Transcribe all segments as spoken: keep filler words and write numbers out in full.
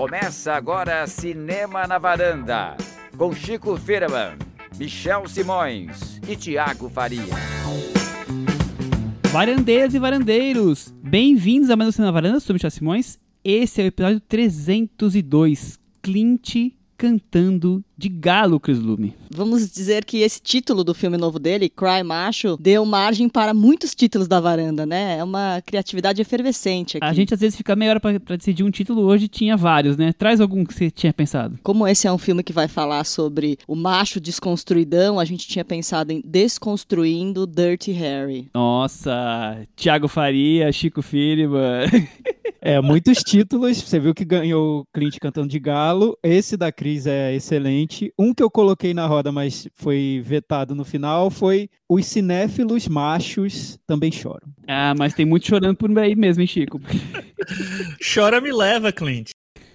Começa agora Cinema na Varanda, com Chico Firman, Michel Simões e Thiago Faria. Varandeiras e varandeiros, bem-vindos a mais um Cinema na Varanda, sou Michel Simões. Esse é o episódio trezentos e dois, Clint cantando de galo, Cris Lume. Vamos dizer que esse título do filme novo dele, Cry Macho, deu margem para muitos títulos da varanda, né? É uma criatividade efervescente aqui. A gente às vezes fica meia hora pra, pra decidir um título, hoje tinha vários, né? Traz algum que você tinha pensado. Como esse é um filme que vai falar sobre o macho desconstruidão, a gente tinha pensado em Desconstruindo Dirty Harry. Nossa, Thiago Faria, Chico Firman. É, muitos títulos, você viu que ganhou o Clint cantando de galo, esse da Cris é excelente. Um que eu coloquei na roda, mas foi vetado no final, foi Os Cinéfilos Machos Também Choram. Ah, mas tem muito chorando por aí mesmo, hein, Chico? Chora me leva, Clint.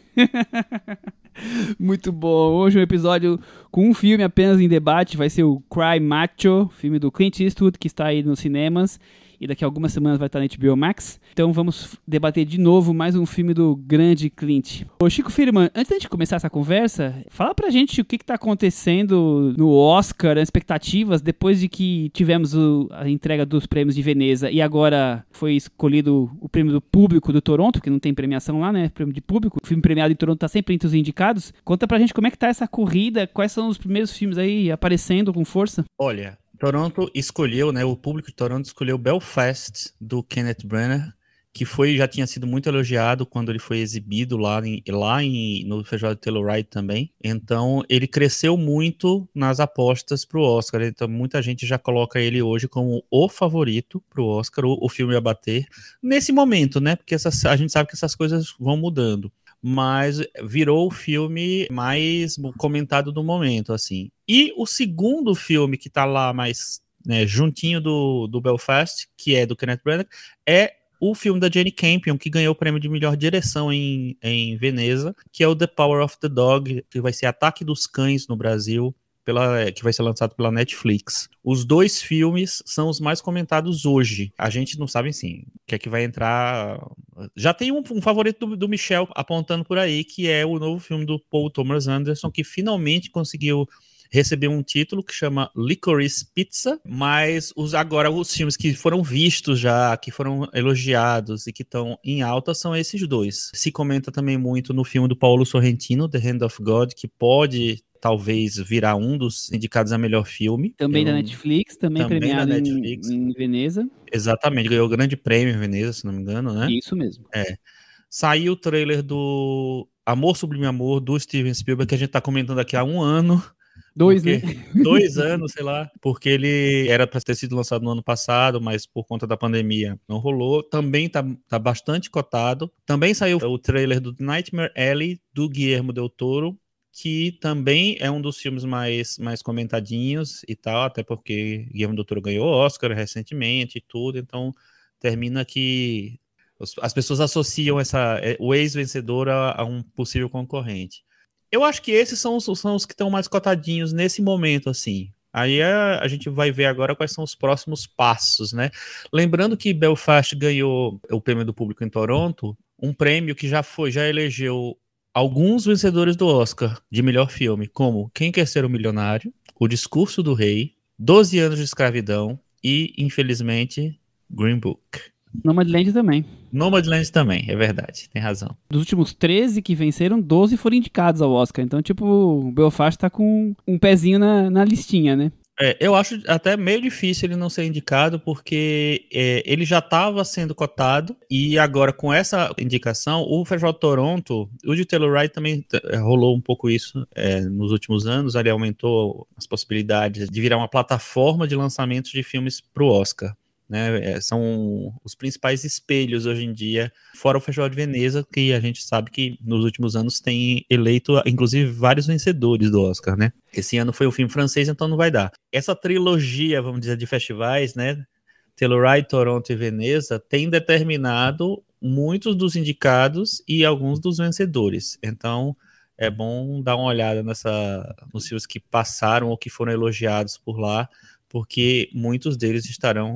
Muito bom. Hoje um episódio com um filme apenas em debate, vai ser o Cry Macho, filme do Clint Eastwood, que está aí nos cinemas. E daqui a algumas semanas vai estar na H B O Max. Então vamos debater de novo mais um filme do grande Clint. Ô Chico Firman, antes da gente começar essa conversa, fala pra gente o que está acontecendo no Oscar, as expectativas, depois de que tivemos o, a entrega dos prêmios de Veneza e agora foi escolhido o prêmio do público do Toronto, que não tem premiação lá, né? Prêmio de público. O filme premiado em Toronto tá sempre entre os indicados. Conta pra gente como é que tá essa corrida, quais são os primeiros filmes aí aparecendo com força. Olha, Toronto escolheu, né, o público de Toronto escolheu Belfast, do Kenneth Branagh, que foi, já tinha sido muito elogiado quando ele foi exibido lá, em, lá em, no Festival de Telluride também. Então, ele cresceu muito nas apostas para o Oscar. Então, muita gente já coloca ele hoje como o favorito para o Oscar, o, o filme a bater. Nesse momento, né, porque essas, a gente sabe que essas coisas vão mudando. Mas virou o filme mais comentado do momento, assim. E o segundo filme que tá lá mais, né, juntinho do, do Belfast, que é do Kenneth Branagh, é o filme da Jane Campion, que ganhou o prêmio de melhor direção em, em Veneza, que é o The Power of the Dog, que vai ser Ataque dos Cães no Brasil, Pela, que vai ser lançado pela Netflix. Os dois filmes são os mais comentados hoje. A gente não sabe, sim, o que é que vai entrar. Já tem um, um favorito do, do Michel apontando por aí, que é o novo filme do Paul Thomas Anderson, que finalmente conseguiu receber um título que chama Licorice Pizza, mas os, agora os filmes que foram vistos já, que foram elogiados e que estão em alta são esses dois. Se comenta também muito no filme do Paulo Sorrentino, The Hand of God, que pode talvez virar um dos indicados a melhor filme. Também Eu, da Netflix, também, também premiado da Netflix. Em, em Veneza. Exatamente, ganhou o grande prêmio em Veneza, se não me engano, né? Isso mesmo. É. Saiu o trailer do Amor Sublime Amor, do Steven Spielberg, que a gente tá comentando aqui há um ano. Dois, porque, né? Dois anos, sei lá, porque ele era para ter sido lançado no ano passado, mas por conta da pandemia não rolou. Também tá, tá bastante cotado. Também saiu o trailer do Nightmare Alley, do Guillermo del Toro, que também é um dos filmes mais, mais comentadinhos e tal, até porque Guillermo del Toro ganhou Oscar recentemente e tudo, então termina que as pessoas associam essa, o ex-vencedor a, a um possível concorrente. Eu acho que esses são os, são os que estão mais cotadinhos nesse momento, assim. Aí a, a gente vai ver agora quais são os próximos passos, né? Lembrando que Belfast ganhou o prêmio do público em Toronto, um prêmio que já foi, já elegeu alguns vencedores do Oscar de melhor filme, como Quem Quer Ser o Milionário, O Discurso do Rei, doze anos de Escravidão e, infelizmente, Green Book. Nomadland também. Nomadland também, é verdade, tem razão. Dos últimos treze que venceram, doze foram indicados ao Oscar. Então, tipo, o Belfast tá com um pezinho na, na listinha, né? É, eu acho até meio difícil ele não ser indicado, porque é, ele já estava sendo cotado, e agora com essa indicação, o Festival de Toronto, o de Telluride também rolou um pouco isso é, nos últimos anos, ele aumentou as possibilidades de virar uma plataforma de lançamentos de filmes para o Oscar. Né, são os principais espelhos hoje em dia, fora o Festival de Veneza, que a gente sabe que nos últimos anos tem eleito, inclusive, vários vencedores do Oscar, né? Esse ano foi o filme francês, então não vai dar. Essa trilogia, vamos dizer, de festivais, né? Telluride, Toronto e Veneza, tem determinado muitos dos indicados e alguns dos vencedores. Então, é bom dar uma olhada nessa, nos filmes que passaram ou que foram elogiados por lá, porque muitos deles estarão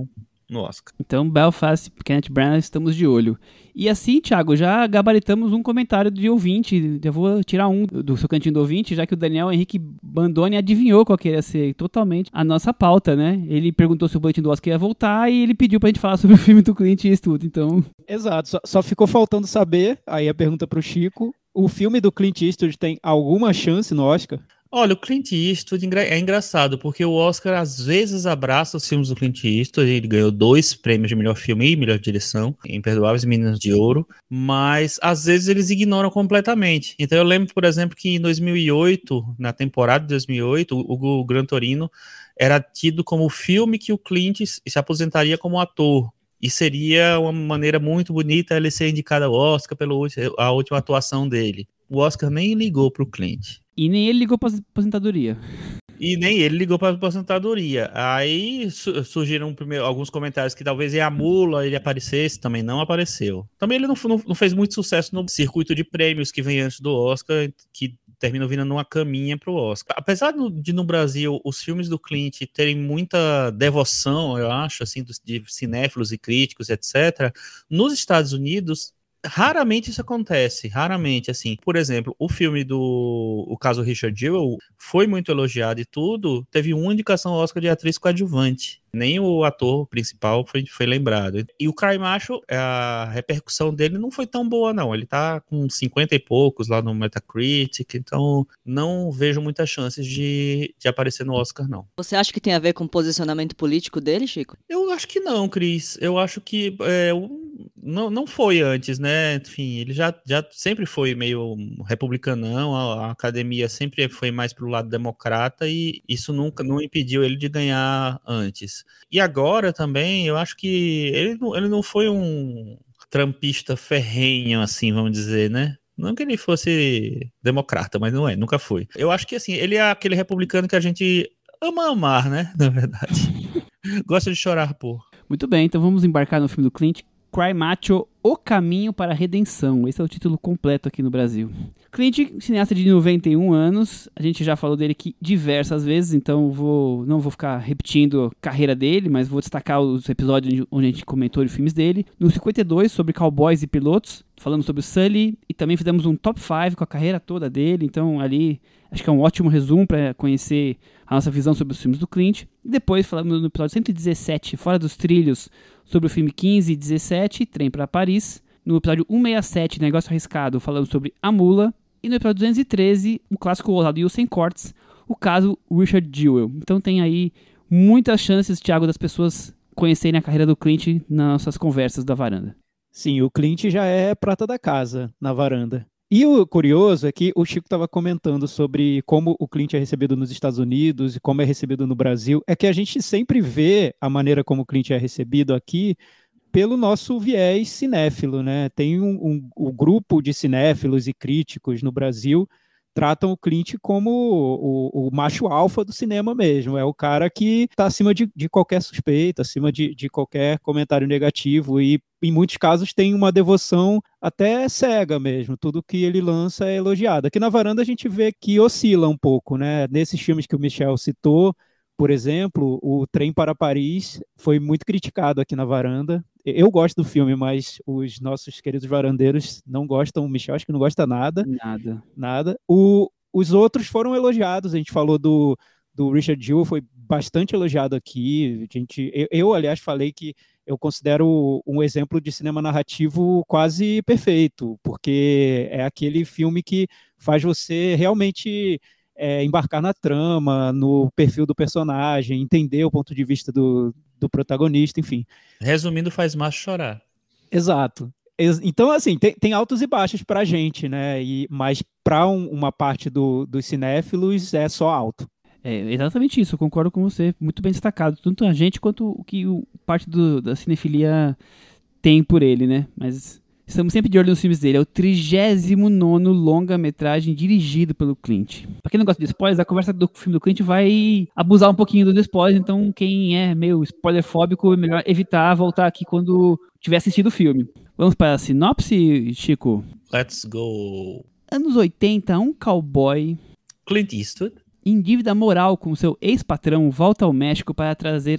no Oscar. Então, Belfast e Kenneth Branagh estamos de olho. E assim, Thiago, já gabaritamos um comentário de ouvinte. Eu vou tirar um do seu cantinho do ouvinte, já que o Daniel Henrique Bandoni adivinhou qual que ia ser totalmente a nossa pauta, né? Ele perguntou se o boletim do Oscar ia voltar e ele pediu pra gente falar sobre o filme do Clint Eastwood, então... Exato, só, só ficou faltando saber, aí a pergunta pro Chico, o filme do Clint Eastwood tem alguma chance no Oscar? Olha, o Clint Eastwood é engraçado, porque o Oscar às vezes abraça os filmes do Clint Eastwood, ele ganhou dois prêmios de melhor filme e melhor direção, Imperdoáveis Meninas de Ouro, mas às vezes eles ignoram completamente. Então eu lembro, por exemplo, que em dois mil e oito, na temporada de dois mil e oito, o, o Gran Torino era tido como o filme que o Clint se aposentaria como ator. E seria uma maneira muito bonita ele ser indicado ao Oscar pela a última atuação dele. O Oscar nem ligou pro Clint. E nem ele ligou pra aposentadoria. E nem ele ligou para a aposentadoria. Aí su- surgiram primeiro, alguns comentários que talvez em a mula ele aparecesse, também não apareceu. Também ele não, não, não fez muito sucesso no circuito de prêmios que vem antes do Oscar, que terminam virando uma caminha para o Oscar. Apesar de no Brasil os filmes do Clint terem muita devoção, eu acho, assim, de cinéfilos e críticos, etcétera, nos Estados Unidos raramente isso acontece, raramente, assim. Por exemplo, o filme do o caso Richard Jewell foi muito elogiado e tudo, teve uma indicação ao Oscar de atriz coadjuvante. Nem o ator principal foi, foi lembrado. E o Cry Macho, a repercussão dele não foi tão boa, não. Ele tá com cinquenta e poucos lá no Metacritic, então não vejo muitas chances de, de aparecer no Oscar, não. Você acha que tem a ver com o posicionamento político dele, Chico? Eu acho que não, Cris. Eu acho que é, não, não foi antes, né? Enfim, ele já, já sempre foi meio republicanão, a, a academia sempre foi mais pro lado democrata e isso nunca não impediu ele de ganhar antes. E agora também, eu acho que ele não, ele não foi um trampista ferrenho, assim, vamos dizer, né? Não que ele fosse democrata, mas não é, nunca foi. Eu acho que, assim, ele é aquele republicano que a gente ama amar, né? Na verdade. Gosta de chorar por. Muito bem, então vamos embarcar no filme do Clint, Cry Macho, O Caminho para a Redenção. Esse é o título completo aqui no Brasil. Clint, cineasta de noventa e um anos, a gente já falou dele aqui diversas vezes, então vou, não vou ficar repetindo a carreira dele, mas vou destacar os episódios onde a gente comentou os filmes dele. No cinquenta e dois, sobre cowboys e pilotos, falamos sobre o Sully, e também fizemos um top cinco com a carreira toda dele, então ali acho que é um ótimo resumo para conhecer a nossa visão sobre os filmes do Clint. E depois falamos no episódio cento e dezessete, Fora dos Trilhos, sobre o filme quinze e dezessete, Trem para Paris. No episódio cento e sessenta e sete, Negócio Arriscado, falamos sobre A Mula. E no episódio duzentos e treze, um clássico ousado e sem cortes, o caso Richard Jewell. Então tem aí muitas chances, Thiago, das pessoas conhecerem a carreira do Clint nas nossas conversas da varanda. Sim, o Clint já é prata da casa na varanda. E o curioso é que o Chico estava comentando sobre como o Clint é recebido nos Estados Unidos e como é recebido no Brasil. É que a gente sempre vê a maneira como o Clint é recebido aqui pelo nosso viés cinéfilo, né? Tem um, um, um grupo de cinéfilos e críticos no Brasil tratam o Clint como o, o, o macho alfa do cinema mesmo. É o cara que está acima de, de qualquer suspeita, acima de, de qualquer comentário negativo e, em muitos casos, tem uma devoção até cega mesmo. Tudo que ele lança é elogiado. Aqui na varanda a gente vê que oscila um pouco, né? Nesses filmes que o Michel citou, por exemplo, o Trem para Paris foi muito criticado aqui na varanda. Eu gosto do filme, mas os nossos queridos varandeiros não gostam. O Michel acho que não gosta nada. Nada. Nada. O, os outros foram elogiados. A gente falou do, do Richard Jewell, foi bastante elogiado aqui. A gente, eu, eu, aliás, falei que eu considero um exemplo de cinema narrativo quase perfeito, porque é aquele filme que faz você realmente é, embarcar na trama, no perfil do personagem, entender o ponto de vista do, do protagonista, enfim. Resumindo, faz macho chorar. Exato. Então, assim, tem, tem altos e baixos pra gente, né? E, mas para um, uma parte do, dos cinéfilos é só alto. É exatamente isso, eu concordo com você, muito bem destacado, tanto a gente quanto o que o, parte do, da cinefilia tem por ele, né? Mas estamos sempre de olho nos filmes dele. É o trigésimo nono longa-metragem dirigido pelo Clint. Pra quem não gosta de spoilers, a conversa do filme do Clint vai abusar um pouquinho dos spoilers, então quem é meio spoilerfóbico é melhor evitar voltar aqui quando tiver assistido o filme. Vamos para a sinopse, Chico? Let's go. Anos oitenta, um cowboy Clint Eastwood. em dívida moral com seu ex-patrão volta ao México para trazer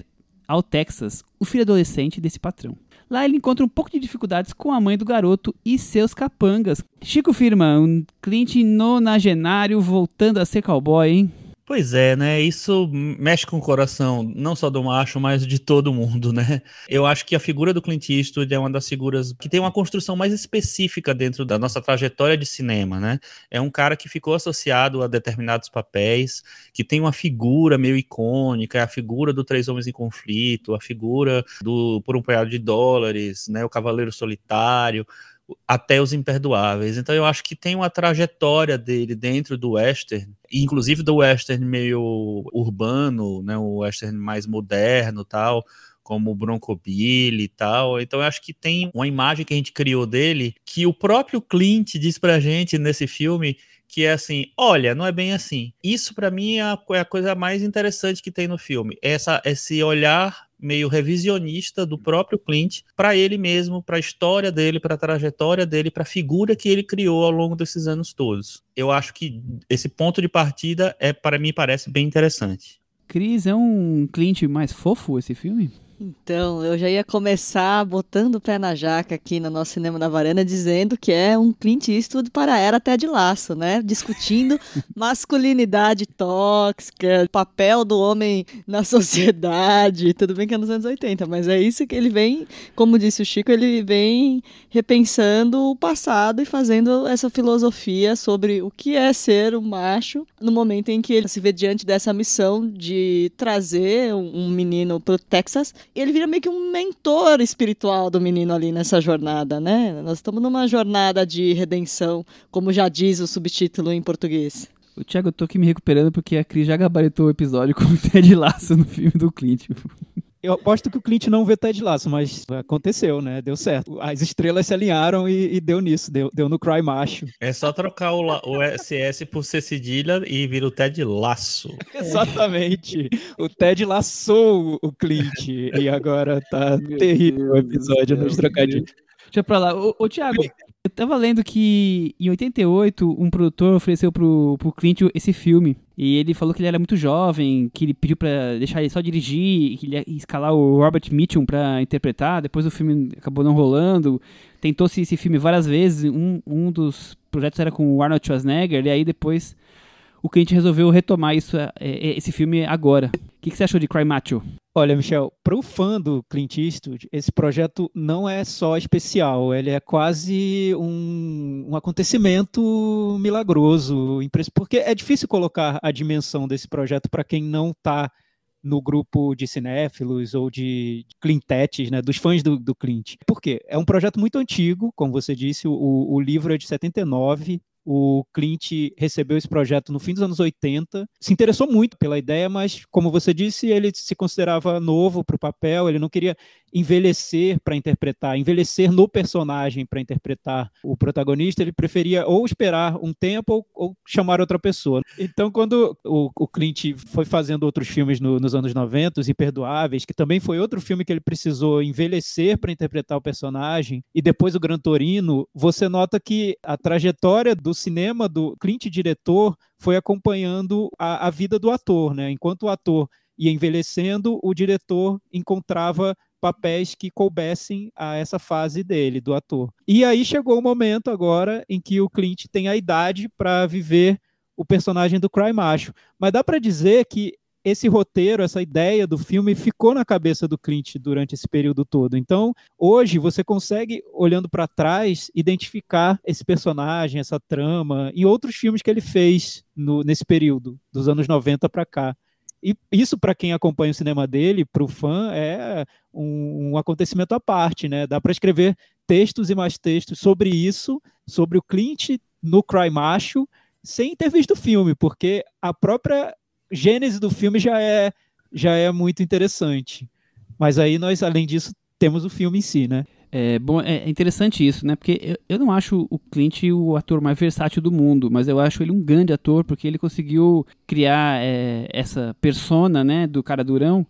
ao Texas, o filho adolescente desse patrão. Lá ele encontra um pouco de dificuldades com a mãe do garoto e seus capangas. Chico Firman, um Clint nonagenário voltando a ser cowboy, hein? Pois é, né? Isso mexe com o coração, não só do macho, mas de todo mundo, né? Eu acho que a figura do Clint Eastwood é uma das figuras que tem uma construção mais específica dentro da nossa trajetória de cinema, né? É um cara que ficou associado a determinados papéis, que tem uma figura meio icônica, é a figura do Três Homens em Conflito, a figura do Por um Punhado de Dólares, né? O Cavaleiro Solitário, até Os Imperdoáveis. Então eu acho que tem uma trajetória dele dentro do western, inclusive do western meio urbano, né, o western mais moderno, tal, como o Bronco Billy e tal. Então eu acho que tem uma imagem que a gente criou dele, que o próprio Clint diz pra gente nesse filme, que é assim, olha, não é bem assim. Isso pra mim é a, é a coisa mais interessante que tem no filme, essa, esse olhar meio revisionista do próprio Clint para ele mesmo, para a história dele, para a trajetória dele, para a figura que ele criou ao longo desses anos todos. Eu acho que esse ponto de partida é, para mim, parece bem interessante. Cris, é um Clint mais fofo esse filme? Então, eu já ia começar botando o pé na jaca aqui no nosso Cinema na Varanda, dizendo que é um Clint Eastwood para a era Ted Lasso, né? Discutindo masculinidade tóxica, papel do homem na sociedade. Tudo bem que é nos anos oitenta, mas é isso que ele vem, como disse o Chico, ele vem repensando o passado e fazendo essa filosofia sobre o que é ser um macho no momento em que ele se vê diante dessa missão de trazer um menino para o Texas. Ele vira meio que um mentor espiritual do menino ali nessa jornada, né? Nós estamos numa jornada de redenção, como já diz o subtítulo em português. O Thiago, eu tô aqui me recuperando porque a Cris já gabaritou o episódio com o Ted Lasso no filme do Clint. Eu aposto que o Clint não vê Ted Lasso, mas aconteceu, né? Deu certo. As estrelas se alinharam e, e deu nisso, deu, deu no Cry Macho. É só trocar o, o S S por C cedilha e vira o Ted Lasso. Exatamente. O Ted laçou o Clint e agora tá terrível o episódio nos trocadilhos. Deixa pra lá. Ô, ô Thiago, eu tava lendo que em oitenta e oito um produtor ofereceu pro, pro Clint esse filme. E ele falou que ele era muito jovem, que ele pediu pra deixar ele só dirigir, que ele ia escalar o Robert Mitchum pra interpretar. Depois o filme acabou não rolando. Tentou-se esse filme várias vezes. Um, um dos projetos era com o Arnold Schwarzenegger. E aí depois o Clint resolveu retomar isso, esse filme agora. O que, que você achou de Cry Macho? Olha, Michel, para o fã do Clint Eastwood, esse projeto não é só especial, ele é quase um, um acontecimento milagroso, porque é difícil colocar a dimensão desse projeto para quem não está no grupo de cinéfilos ou de Clintetes, né, dos fãs do, do Clint. Por quê? É um projeto muito antigo, como você disse, o, o livro é de setenta e nove, o Clint recebeu esse projeto no fim dos anos oitenta, se interessou muito pela ideia, mas, como você disse, ele se considerava novo para o papel, ele não queria envelhecer para interpretar, envelhecer no personagem para interpretar o protagonista, ele preferia ou esperar um tempo ou, ou chamar outra pessoa. Então, quando o, o Clint foi fazendo outros filmes no, nos anos noventa, Os Imperdoáveis, que também foi outro filme que ele precisou envelhecer para interpretar o personagem, e depois o Gran Torino, você nota que a trajetória do cinema do Clint diretor foi acompanhando a, a vida do ator, né? Enquanto o ator ia envelhecendo, o diretor encontrava papéis que coubessem a essa fase dele, do ator. E aí chegou o momento agora em que o Clint tem a idade para viver o personagem do Cry Macho. Mas dá para dizer que esse roteiro, essa ideia do filme ficou na cabeça do Clint durante esse período todo. Então, hoje, você consegue, olhando para trás, identificar esse personagem, essa trama, em outros filmes que ele fez no, nesse período, dos anos noventa para cá. E isso, para quem acompanha o cinema dele, para o fã, é um, um acontecimento à parte, né? Dá para escrever textos e mais textos sobre isso, sobre o Clint no Cry Macho, sem ter visto o filme, porque a própria gênese do filme já é, já é muito interessante. Mas aí nós, além disso, temos o filme em si, né? É, bom, é interessante isso, né? Porque eu, eu não acho o Clint o ator mais versátil do mundo, mas eu acho ele um grande ator, porque ele conseguiu criar é, essa persona, né, do cara durão,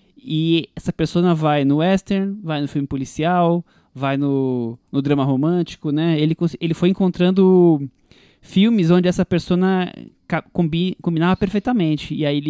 e essa persona vai no western, vai no filme policial, vai no, no drama romântico, né? Ele, ele foi encontrando filmes onde essa persona combi, combinava perfeitamente, e aí ele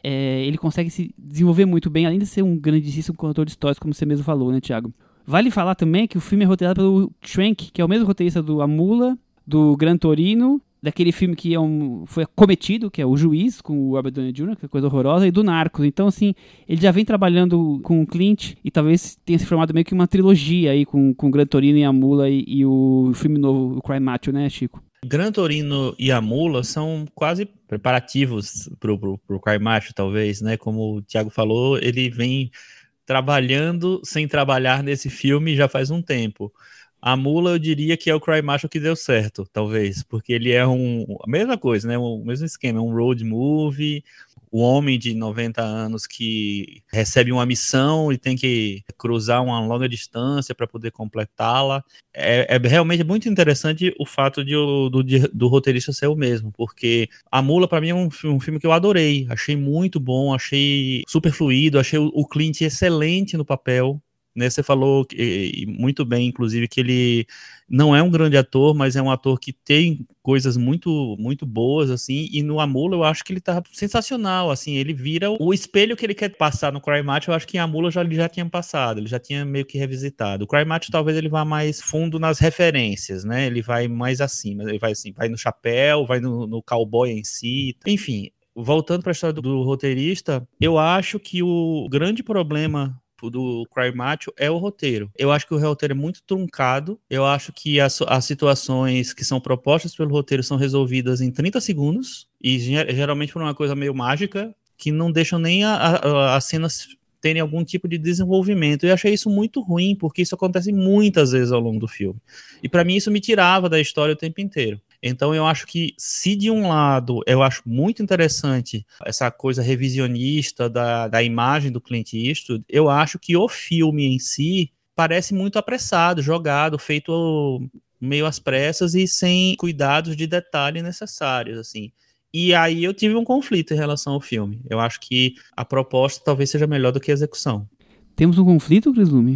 é, ele consegue se desenvolver muito bem, além de ser um grandíssimo contor de histórias, como você mesmo falou, né, Thiago? Vale falar também que o filme é roteirado pelo Trank, que é o mesmo roteirista do A Mula, do Gran Torino, daquele filme que é um, foi cometido, que é O Juiz, com o Robert Downey Júnior, que é coisa horrorosa, e do Narcos. Então, assim, ele já vem trabalhando com o Clint e talvez tenha se formado meio que uma trilogia aí com, com o Gran Torino e A Mula e, e o filme novo, o Cry Macho, né, Chico? Gran Torino e A Mula são quase preparativos pro, pro, pro Cry Macho, talvez, né? Como o Thiago falou, ele vem trabalhando sem trabalhar nesse filme já faz um tempo. A Mula, eu diria que é o Cry Macho que deu certo, talvez, porque ele é um, a mesma coisa, né? O mesmo esquema, é um road movie, o homem de noventa anos que recebe uma missão e tem que cruzar uma longa distância para poder completá-la. É, é realmente muito interessante o fato de, do, de, do roteirista ser o mesmo, porque A Mula, para mim, é um, um filme que eu adorei, achei muito bom, achei super fluido, achei o, o Clint excelente no papel. Né, você falou que, muito bem, inclusive, que ele não é um grande ator, mas é um ator que tem coisas muito, muito boas, assim, e no A Mula eu acho que ele tá sensacional, assim, ele vira o espelho que ele quer passar no Cry Macho. Eu acho que em A Mula já, ele já tinha passado, ele já tinha meio que revisitado. O Cry Macho talvez ele vá mais fundo nas referências, né, ele vai mais acima, ele vai assim, vai no chapéu, vai no, no cowboy em si, enfim. Voltando para a história do, do roteirista, eu acho que o grande problema do Cry Macho é o roteiro. Eu acho que o roteiro é muito truncado. Eu acho que as, as situações que são propostas pelo roteiro são resolvidas em trinta segundos e geralmente por uma coisa meio mágica que não deixam nem a, a, as cenas terem algum tipo de desenvolvimento. Eu achei isso muito ruim, porque isso acontece muitas vezes ao longo do filme. E para mim isso me tirava da história o tempo inteiro. Então eu acho que, se de um lado eu acho muito interessante essa coisa revisionista da, da imagem do Clint Eastwood, eu acho que o filme em si parece muito apressado, jogado, feito meio às pressas e sem cuidados de detalhe necessários, assim. E aí eu tive um conflito em relação ao filme. Eu acho que a proposta talvez seja melhor do que a execução. Temos um conflito, Cris Lume?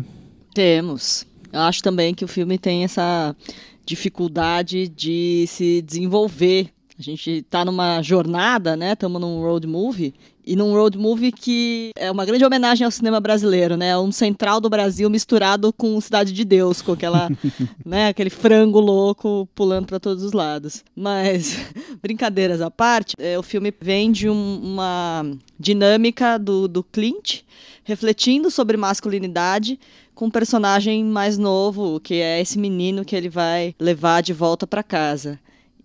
Temos. Eu acho também que o filme tem essa dificuldade de se desenvolver. A gente tá numa jornada, né? Estamos num road movie. E num road movie que é uma grande homenagem ao cinema brasileiro, né? Um central do Brasil misturado com Cidade de Deus, com aquela, né, aquele frango louco pulando para todos os lados. Mas, brincadeiras à parte, é, o filme vem de um, uma dinâmica do, do Clint, refletindo sobre masculinidade, com um personagem mais novo, que é esse menino que ele vai levar de volta para casa.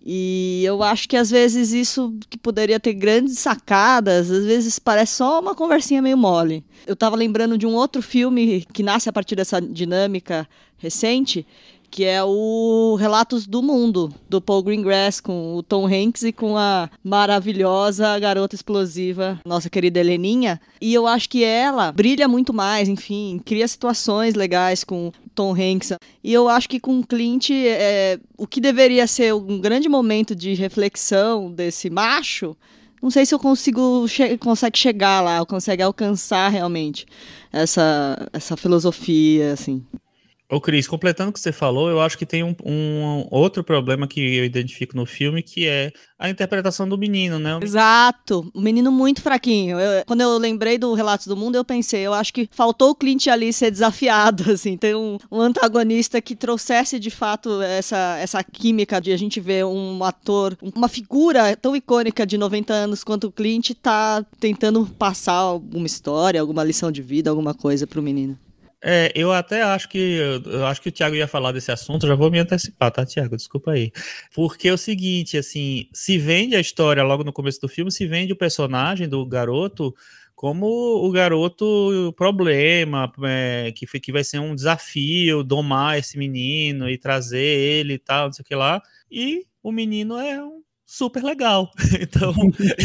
E eu acho que às vezes isso que poderia ter grandes sacadas, às vezes parece só uma conversinha meio mole. Eu tava lembrando de um outro filme que nasce a partir dessa dinâmica recente, que é o Relatos do Mundo, do Paul Greengrass, com o Tom Hanks e com a maravilhosa garota explosiva, nossa querida Heleninha. E eu acho que ela brilha muito mais, enfim, cria situações legais com Tom Hanks. E eu acho que com o Clint, é, o que deveria ser um grande momento de reflexão desse macho, não sei se eu consigo che- consegue chegar lá, consegue alcançar realmente essa, essa filosofia, assim. Ô Cris, completando o que você falou, eu acho que tem um, um outro problema que eu identifico no filme, que é a interpretação do menino, né? Exato, um menino muito fraquinho. Eu, quando eu lembrei do Relatos do Mundo, eu pensei, eu acho que faltou o Clint ali ser desafiado, assim, ter um, um antagonista que trouxesse de fato essa, essa química de a gente ver um ator, uma figura tão icônica de noventa anos quanto o Clint tá tentando passar alguma história, alguma lição de vida, alguma coisa pro menino. É, eu até acho que eu acho que o Thiago ia falar desse assunto, eu já vou me antecipar, tá, Thiago? Desculpa aí. Porque é o seguinte, assim, se vende a história logo no começo do filme, se vende o personagem do garoto como o garoto problema, é, que, que vai ser um desafio domar esse menino e trazer ele e tal, não sei o que lá, e o menino é um super legal. Então,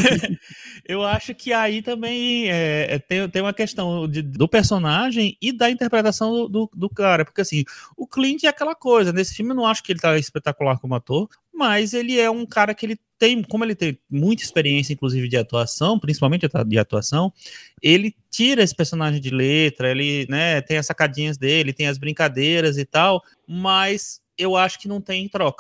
eu acho que aí também é, tem, tem uma questão de, do personagem e da interpretação do, do, do cara, porque assim, o Clint é aquela coisa, nesse filme eu não acho que ele tá espetacular como ator, mas ele é um cara que ele tem, como ele tem muita experiência, inclusive de atuação, principalmente de atuação, ele tira esse personagem de letra, ele, né, tem as sacadinhas dele, tem as brincadeiras e tal, mas eu acho que não tem troca.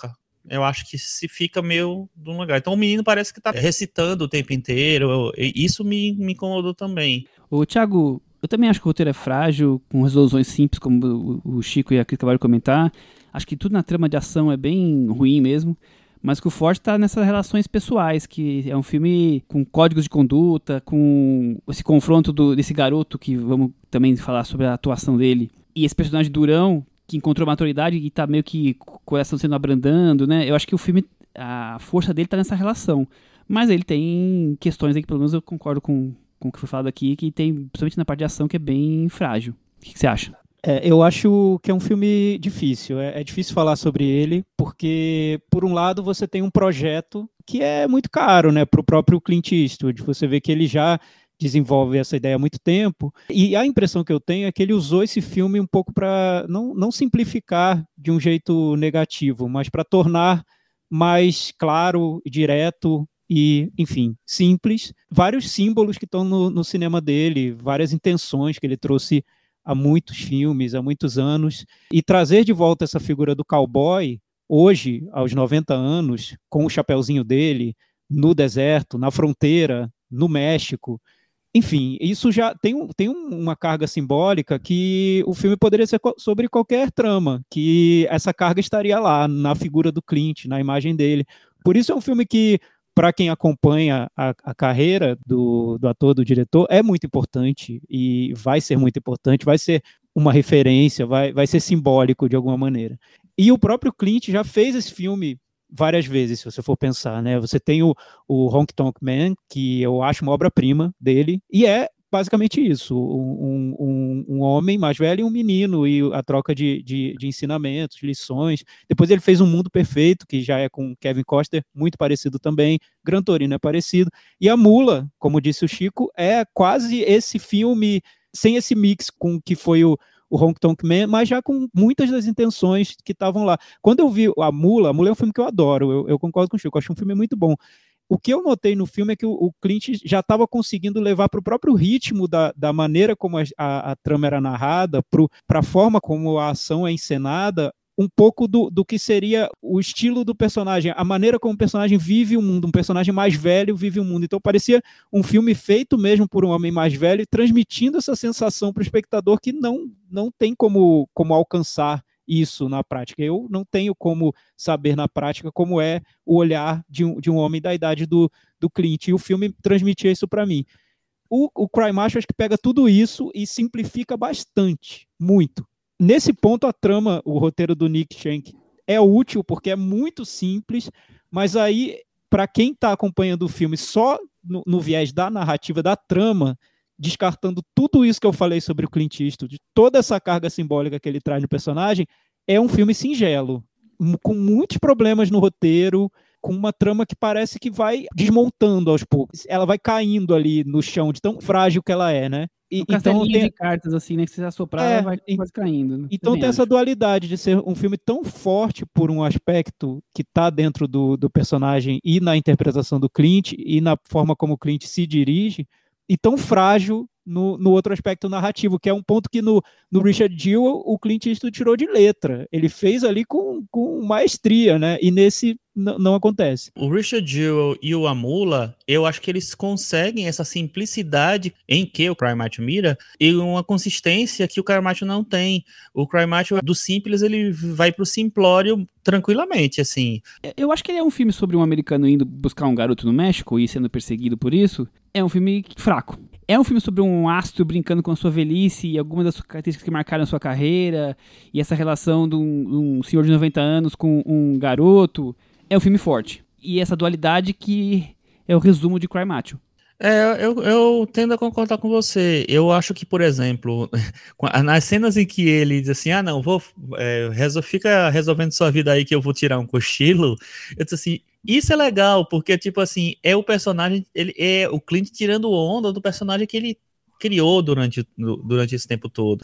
eu acho que se fica meio de um lugar. Então o menino parece que tá recitando o tempo inteiro, e isso me, me incomodou também. Ô, Thiago, eu também acho que o roteiro é frágil, com resoluções simples, como o Chico e a Cris acabaram de comentar. Acho que tudo na trama de ação é bem ruim mesmo. Mas que o forte tá nessas relações pessoais, que é um filme com códigos de conduta, com esse confronto do, desse garoto, que vamos também falar sobre a atuação dele, e esse personagem durão, que encontrou maturidade e tá meio que com o coração sendo abrandando, né? Eu acho que o filme, a força dele tá nessa relação. Mas ele tem questões aí que pelo menos eu concordo com, com o que foi falado aqui, que tem, principalmente na parte de ação, que é bem frágil. O que, que você acha? É, eu acho que é um filme difícil, é, é difícil falar sobre ele, porque, por um lado, você tem um projeto que é muito caro, né, para o próprio Clint Eastwood. Você vê que ele já desenvolve essa ideia há muito tempo, e a impressão que eu tenho é que ele usou esse filme um pouco para não, não simplificar de um jeito negativo, mas para tornar mais claro, direto e, enfim, simples, vários símbolos que estão no, no cinema dele, várias intenções que ele trouxe há muitos filmes, há muitos anos, e trazer de volta essa figura do cowboy, hoje, aos noventa anos, com o chapeuzinho dele, no deserto, na fronteira, no México. Enfim, isso já tem, tem uma carga simbólica que o filme poderia ser sobre qualquer trama, que essa carga estaria lá, na figura do Clint, na imagem dele. Por isso é um filme que, para quem acompanha a, a carreira do, do ator, do diretor, é muito importante e vai ser muito importante, vai ser uma referência, vai, vai ser simbólico de alguma maneira. E o próprio Clint já fez esse filme várias vezes, se você for pensar, né? Você tem o, o Honky Tonk Man, que eu acho uma obra-prima dele, e é basicamente isso, um, um, um homem mais velho e um menino, e a troca de, de, de ensinamentos, lições. Depois ele fez Um Mundo Perfeito, que já é com Kevin Costner, muito parecido também. Gran Torino é parecido. E A Mula, como disse o Chico, é quase esse filme, sem esse mix com que foi o, o Honky Tonk Man, mas já com muitas das intenções que estavam lá. Quando eu vi A Mula, A Mula é um filme que eu adoro, eu, eu concordo com o Chico, eu acho um filme muito bom. O que eu notei no filme é que o, o Clint já estava conseguindo levar para o próprio ritmo da, da maneira como a, a, a trama era narrada, para a forma como a ação é encenada, um pouco do, do que seria o estilo do personagem, a maneira como o personagem vive o mundo, um personagem mais velho vive o mundo. Então parecia um filme feito mesmo por um homem mais velho, transmitindo essa sensação para o espectador que não, não tem como, como alcançar isso na prática. Eu não tenho como saber na prática como é o olhar de um, de um homem da idade do, do Clint, e o filme transmitia isso para mim. O, o Cry Macho acho que pega tudo isso e simplifica bastante, muito. Nesse ponto a trama, o roteiro do Nick Schenck é útil porque é muito simples, mas aí, para quem está acompanhando o filme só no, no viés da narrativa, da trama, descartando tudo isso que eu falei sobre o Clint Eastwood, toda essa carga simbólica que ele traz no personagem, é um filme singelo, com muitos problemas no roteiro, com uma trama que parece que vai desmontando aos poucos. Ela vai caindo ali no chão, de tão frágil que ela é, né? E, um então tem de cartas assim, né, que se assoprar, é, ela vai quase caindo. Né? Então Também tem acho. essa dualidade de ser um filme tão forte por um aspecto que está dentro do, do personagem e na interpretação do Clint e na forma como o Clint se dirige, e tão frágil no, no outro aspecto narrativo, que é um ponto que no, no Richard Jewell o Clint Eastwood tirou de letra. Ele fez ali com, com maestria, né? E nesse n- não acontece. O Richard Jewell e o A Mula, eu acho que eles conseguem essa simplicidade em que o Cry Macho mira e uma consistência que o Cry Macho não tem. O Cry Macho, do simples, ele vai pro simplório tranquilamente, assim. Eu acho que ele é um filme sobre um americano indo buscar um garoto no México e sendo perseguido por isso. É um filme fraco. É um filme sobre um astro brincando com a sua velhice e algumas das características que marcaram a sua carreira e essa relação de um, de um senhor de noventa anos com um garoto. É um filme forte. E essa dualidade que é o resumo de Cry Macho. É, eu, eu tendo a concordar com você. Eu acho que, por exemplo, nas cenas em que ele diz assim, ah, não, vou, é, resol- fica resolvendo sua vida aí que eu vou tirar um cochilo, eu disse assim, isso é legal, porque, tipo assim, é o personagem, ele é o Clint tirando onda do personagem que ele criou durante, durante esse tempo todo.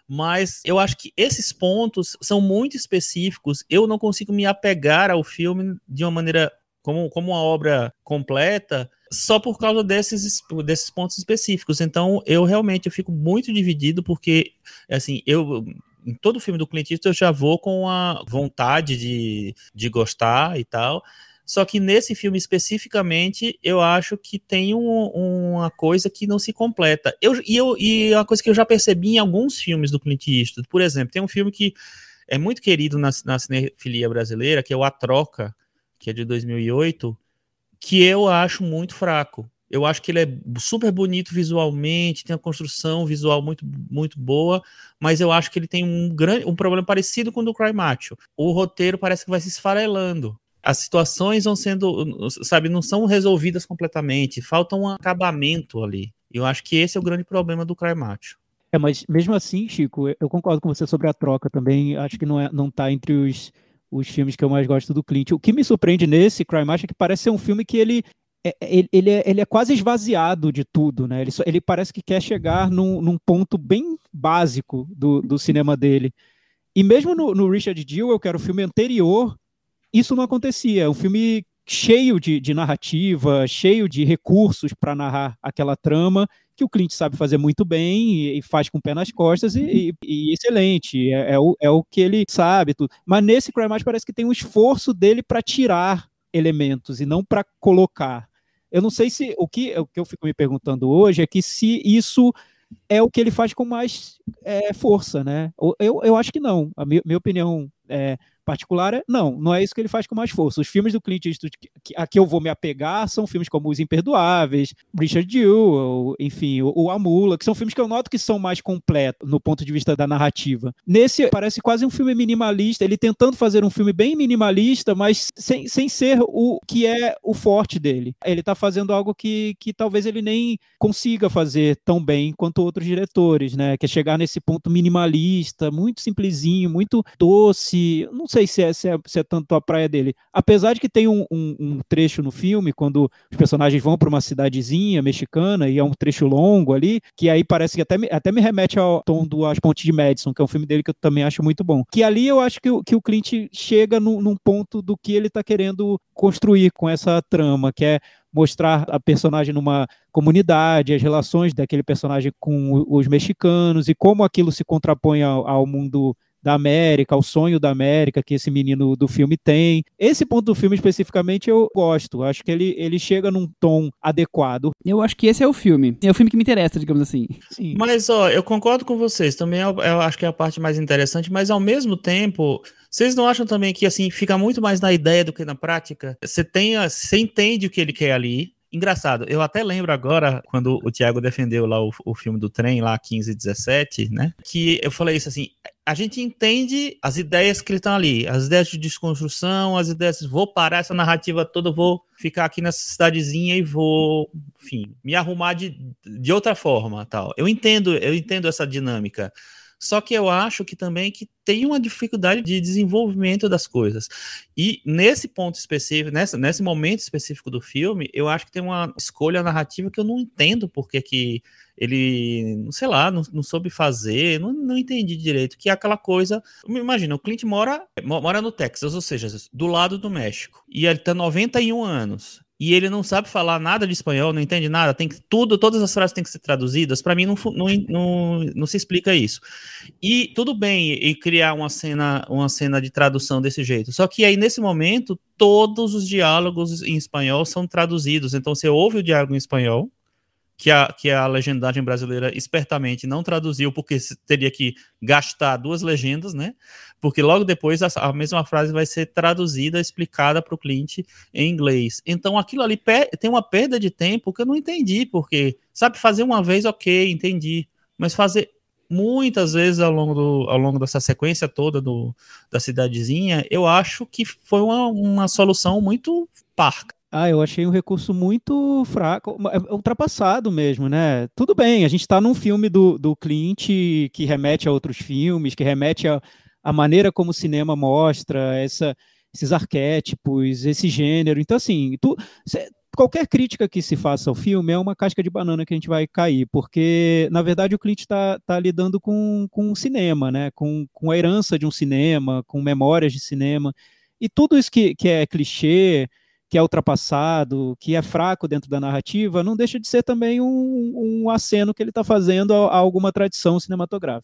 Mas eu acho que esses pontos são muito específicos, eu não consigo me apegar ao filme de uma maneira, como, como uma obra completa, só por causa desses, desses pontos específicos. Então, eu realmente eu fico muito dividido, porque, assim, eu Em todo filme do Clint Eastwood eu já vou com a vontade de, de gostar e tal. Só que nesse filme especificamente, eu acho que tem um, uma coisa que não se completa. Eu, e, eu, e é uma coisa que eu já percebi em alguns filmes do Clint Eastwood. Por exemplo, tem um filme que é muito querido na, na cinefilia brasileira, que é o A Troca, que é de dois mil e oito, que eu acho muito fraco. Eu acho que ele é super bonito visualmente, tem uma construção visual muito, muito boa, mas eu acho que ele tem um, grande, um problema parecido com o do Cry Macho. O roteiro parece que vai se esfarelando. As situações vão sendo, sabe, não são resolvidas completamente, falta um acabamento ali. Eu acho que esse é o grande problema do Cry Macho. É, mas mesmo assim, Chico, eu concordo com você sobre A Troca também, acho que não, é, não tá entre os, os filmes que eu mais gosto do Clint. O que me surpreende nesse Cry Macho é que parece ser um filme que ele é, ele, ele, é, ele é quase esvaziado de tudo, né? Ele, só, ele parece que quer chegar num, num ponto bem básico do, do cinema dele. E mesmo no, no Richard Jewell, que era o filme anterior, isso não acontecia. É um filme cheio de, de narrativa, cheio de recursos para narrar aquela trama, que o Clint sabe fazer muito bem e, e faz com o pé nas costas e, e, e excelente. É, é, o, é o que ele sabe. Tudo. Mas nesse Cry Macho parece que tem um esforço dele para tirar elementos e não para colocar. Eu não sei se o que, o que eu fico me perguntando hoje é que se isso é o que ele faz com mais é, força, né? Eu, eu acho que não. A minha, minha opinião é, particular é não, não é isso que ele faz com mais força. Os filmes do Clint Eastwood que, a que eu vou me apegar são filmes como Os Imperdoáveis, Richard Jewell, enfim, o, o A Mula, que são filmes que eu noto que são mais completos no ponto de vista da narrativa. Nesse, parece quase um filme minimalista, ele tentando fazer um filme bem minimalista, mas sem, sem ser o que é o forte dele. Ele está fazendo algo que, que talvez ele nem consiga fazer tão bem quanto outros diretores, né? Que é chegar nesse ponto minimalista, muito simplesinho, muito doce. Não sei se é, se é, se é tanto a praia dele. Apesar de que tem um, um, um trecho no filme, quando os personagens vão para uma cidadezinha mexicana, e é um trecho longo ali, que aí parece que até me, até me remete ao tom do As Pontes de Madison, que é um filme dele que eu também acho muito bom. Que ali eu acho que, que o Clint chega no, num ponto do que ele está querendo construir com essa trama, que é mostrar a personagem numa comunidade, as relações daquele personagem com os mexicanos e como aquilo se contrapõe ao, ao mundo da América, ao sonho da América que esse menino do filme tem. Esse ponto do filme especificamente eu gosto. Acho que ele, ele chega num tom adequado. Eu acho que esse é o filme. É o filme que me interessa, digamos assim. Sim. Mas, ó, eu concordo com vocês. Também eu, eu acho que é a parte mais interessante, mas ao mesmo tempo, vocês não acham também que, assim, fica muito mais na ideia do que na prática? Você tem, você entende o que ele quer ali. Engraçado, eu até lembro agora, quando o Thiago defendeu lá o, o filme do trem, lá quinze e dezessete, né? Que eu falei isso assim, a gente entende as ideias que estão ali, as ideias de desconstrução, as ideias, vou parar essa narrativa toda, vou ficar aqui nessa cidadezinha e vou, enfim, me arrumar de, de outra forma, tal. Eu entendo, eu entendo essa dinâmica. Só que eu acho que também que tem uma dificuldade de desenvolvimento das coisas. E nesse ponto específico, nessa, nesse momento específico do filme, eu acho que tem uma escolha narrativa que eu não entendo porque que ele, sei lá, não, não soube fazer, não, não entendi direito, que é aquela coisa, imagina, o Clint mora, mora no Texas, ou seja, do lado do México, e ele tá noventa e um anos. E ele não sabe falar nada de espanhol, não entende nada, tem que, tudo, todas as frases têm que ser traduzidas. Para mim não, não, não, não se explica isso. E tudo bem e criar uma cena, uma cena de tradução desse jeito. Só que aí nesse momento todos os diálogos em espanhol são traduzidos. Então você ouve o diálogo em espanhol, que a, que a legendagem brasileira espertamente não traduziu, porque teria que gastar duas legendas, né? Porque logo depois a, a mesma frase vai ser traduzida, explicada para o cliente em inglês. Então aquilo ali per, tem uma perda de tempo que eu não entendi, porque, sabe, fazer uma vez, ok, entendi, mas fazer muitas vezes ao longo, do, ao longo dessa sequência toda do, da cidadezinha, eu acho que foi uma, uma solução muito parca. Ah, eu achei um recurso muito fraco, ultrapassado mesmo, né? Tudo bem, a gente está num filme do, do Clint que remete a outros filmes, que remete a, a maneira como o cinema mostra essa, esses arquétipos, esse gênero. Então, assim, tu, cê, qualquer crítica que se faça ao filme é uma casca de banana que a gente vai cair, porque, na verdade, o Clint está tá lidando com, com o cinema, né? Com, com a herança de um cinema, com memórias de cinema, e tudo isso que, que é clichê, que é ultrapassado, que é fraco dentro da narrativa, não deixa de ser também um, um aceno que ele está fazendo a, a alguma tradição cinematográfica.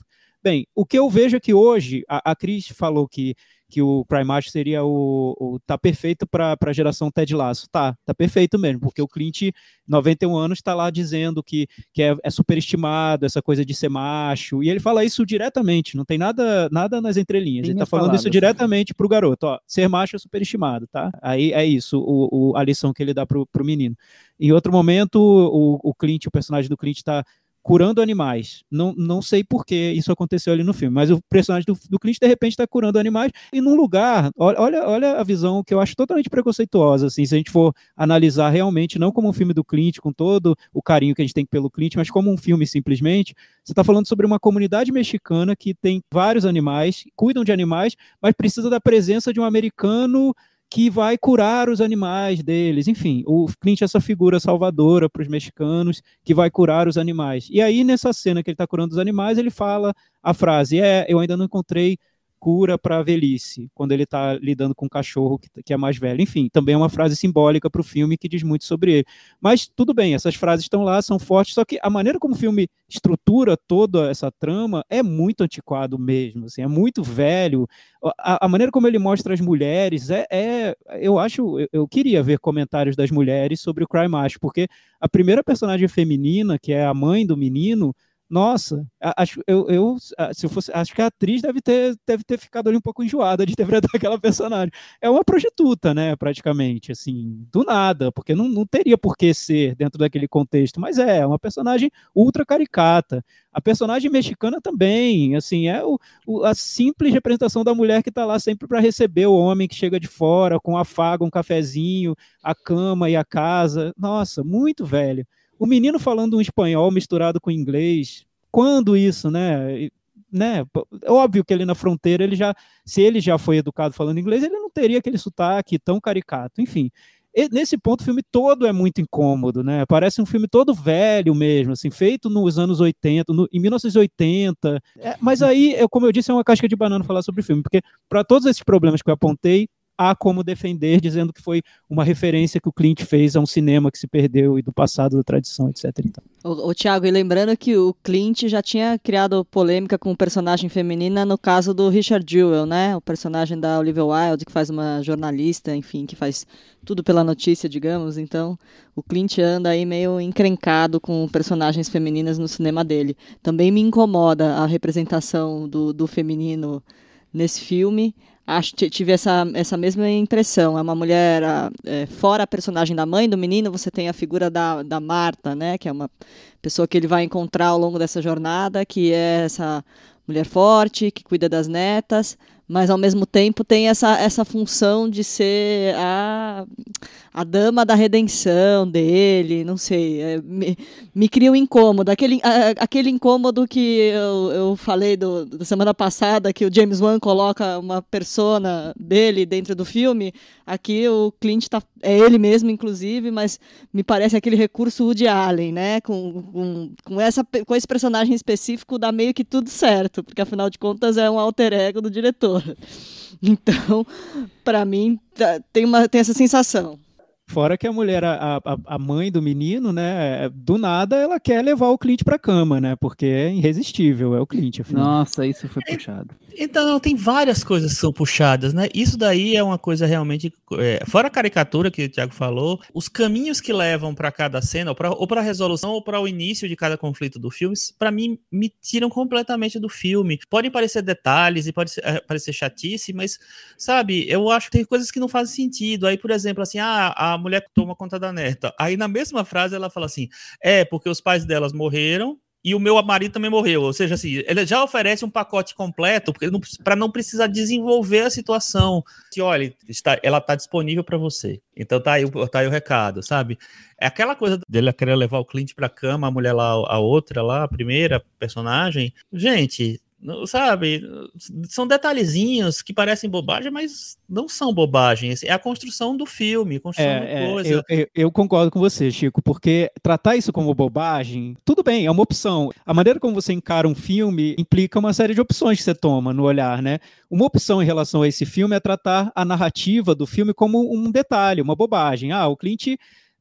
Bem, o que eu vejo é que hoje, a, a Cris falou que, que o Cry Macho seria o, o tá perfeito para a geração Ted Lasso. Tá, tá perfeito mesmo, porque o Clint, noventa e um anos, está lá dizendo que, que é, é superestimado, essa coisa de ser macho, e ele fala isso diretamente, não tem nada, nada nas entrelinhas, Tem ele tá minhas falando palavras. isso diretamente pro garoto, ó, ser macho é superestimado, tá? Aí é isso, o, o, a lição que ele dá pro, pro menino. Em outro momento, o, o Clint, o personagem do Clint tá curando animais. Não, não sei por que isso aconteceu ali no filme, mas o personagem do, do Clint, de repente, está curando animais e num lugar, olha, olha a visão que eu acho totalmente preconceituosa, assim, se a gente for analisar realmente, não como um filme do Clint, com todo o carinho que a gente tem pelo Clint, mas como um filme simplesmente, você está falando sobre uma comunidade mexicana que tem vários animais, cuidam de animais, mas precisa da presença de um americano que vai curar os animais deles. Enfim, o Clint é essa figura salvadora para os mexicanos que vai curar os animais. E aí, nessa cena que ele está curando os animais, ele fala a frase, é, eu ainda não encontrei cura para a velhice, quando ele está lidando com um cachorro que, que é mais velho. Enfim, também é uma frase simbólica para o filme que diz muito sobre ele. Mas tudo bem, essas frases estão lá, são fortes, só que a maneira como o filme estrutura toda essa trama é muito antiquado mesmo, assim, é muito velho. A, a maneira como ele mostra as mulheres é, é eu acho, eu, eu queria ver comentários das mulheres sobre o Cry Macho, porque a primeira personagem feminina, que é a mãe do menino, nossa, acho, eu, eu, se eu fosse, acho que a atriz deve ter, deve ter ficado ali um pouco enjoada de interpretar aquela personagem. É uma prostituta, né, praticamente, assim, do nada, porque não, não teria por que ser dentro daquele contexto, mas é, é uma personagem ultra caricata. A personagem mexicana também, assim, é o, o, a simples representação da mulher que está lá sempre para receber o homem que chega de fora, com afago, um cafezinho, a cama e a casa. Nossa, muito velho. O menino falando um espanhol misturado com inglês, quando isso, né? né? É óbvio que ele na fronteira, ele já, se ele já foi educado falando inglês, ele não teria aquele sotaque tão caricato. Enfim, e nesse ponto o filme todo é muito incômodo, né? Parece um filme todo velho mesmo, assim, feito nos anos oitenta, no, em mil novecentos e oitenta. É, mas aí, eu, como eu disse, é uma casca de banana falar sobre o filme, porque para todos esses problemas que eu apontei, há como defender, dizendo que foi uma referência que o Clint fez a um cinema que se perdeu e do passado, da tradição, etcétera. Então. O, o Thiago, e lembrando que o Clint já tinha criado polêmica com o personagem feminina no caso do Richard Jewell, né? O personagem da Olivia Wilde, que faz uma jornalista, enfim, que faz tudo pela notícia, digamos. Então, o Clint anda aí meio encrencado com personagens femininas no cinema dele. Também me incomoda a representação do, do feminino nesse filme. Acho, tive essa, essa mesma impressão. É uma mulher, é, fora a personagem da mãe do menino, você tem a figura da, da Marta, né, que é uma pessoa que ele vai encontrar ao longo dessa jornada, que é essa mulher forte, que cuida das netas, mas ao mesmo tempo tem essa, essa função de ser a, a dama da redenção dele, não sei, é, me, me cria um incômodo, aquele, a, aquele incômodo que eu, eu falei do, da semana passada, que o James Wan coloca uma persona dele dentro do filme, aqui o Clint tá, é ele mesmo, inclusive, mas me parece aquele recurso Woody Allen, né, com, com, com, essa, com esse personagem específico dá meio que tudo certo, porque afinal de contas é um alter ego do diretor. Então, para mim, tem, uma, tem essa sensação. Fora que a mulher, a, a, a mãe do menino, né, do nada ela quer levar o Clint pra cama, né, porque é irresistível, é o Clint, afinal. Nossa, isso foi puxado. Então, tem várias coisas que são puxadas, né, isso daí é uma coisa realmente, é, fora a caricatura que o Thiago falou, os caminhos que levam pra cada cena, ou pra, ou pra resolução, ou para o início de cada conflito do filme, pra mim, me tiram completamente do filme. Podem parecer detalhes e pode ser, é, parecer chatice, mas, sabe, eu acho que tem coisas que não fazem sentido. Aí, por exemplo, assim, ah, a A mulher toma conta da neta. Aí na mesma frase ela fala assim, é porque os pais delas morreram e o meu marido também morreu. Ou seja, assim, ele já oferece um pacote completo para não precisar desenvolver a situação. Se olha, está, ela está disponível para você. Então tá aí, tá aí o recado, sabe? É aquela coisa dele querer levar o Clint para cama, a mulher lá, a outra lá, a primeira personagem. Gente, sabe, são detalhezinhos que parecem bobagem, mas não são bobagens. É a construção do filme, a construção é, da coisa. Eu, eu, eu concordo com você, Chico, porque tratar isso como bobagem, tudo bem, é uma opção. A maneira como você encara um filme implica uma série de opções que você toma no olhar, né? Uma opção em relação a esse filme é tratar a narrativa do filme como um detalhe, uma bobagem. Ah, o Clint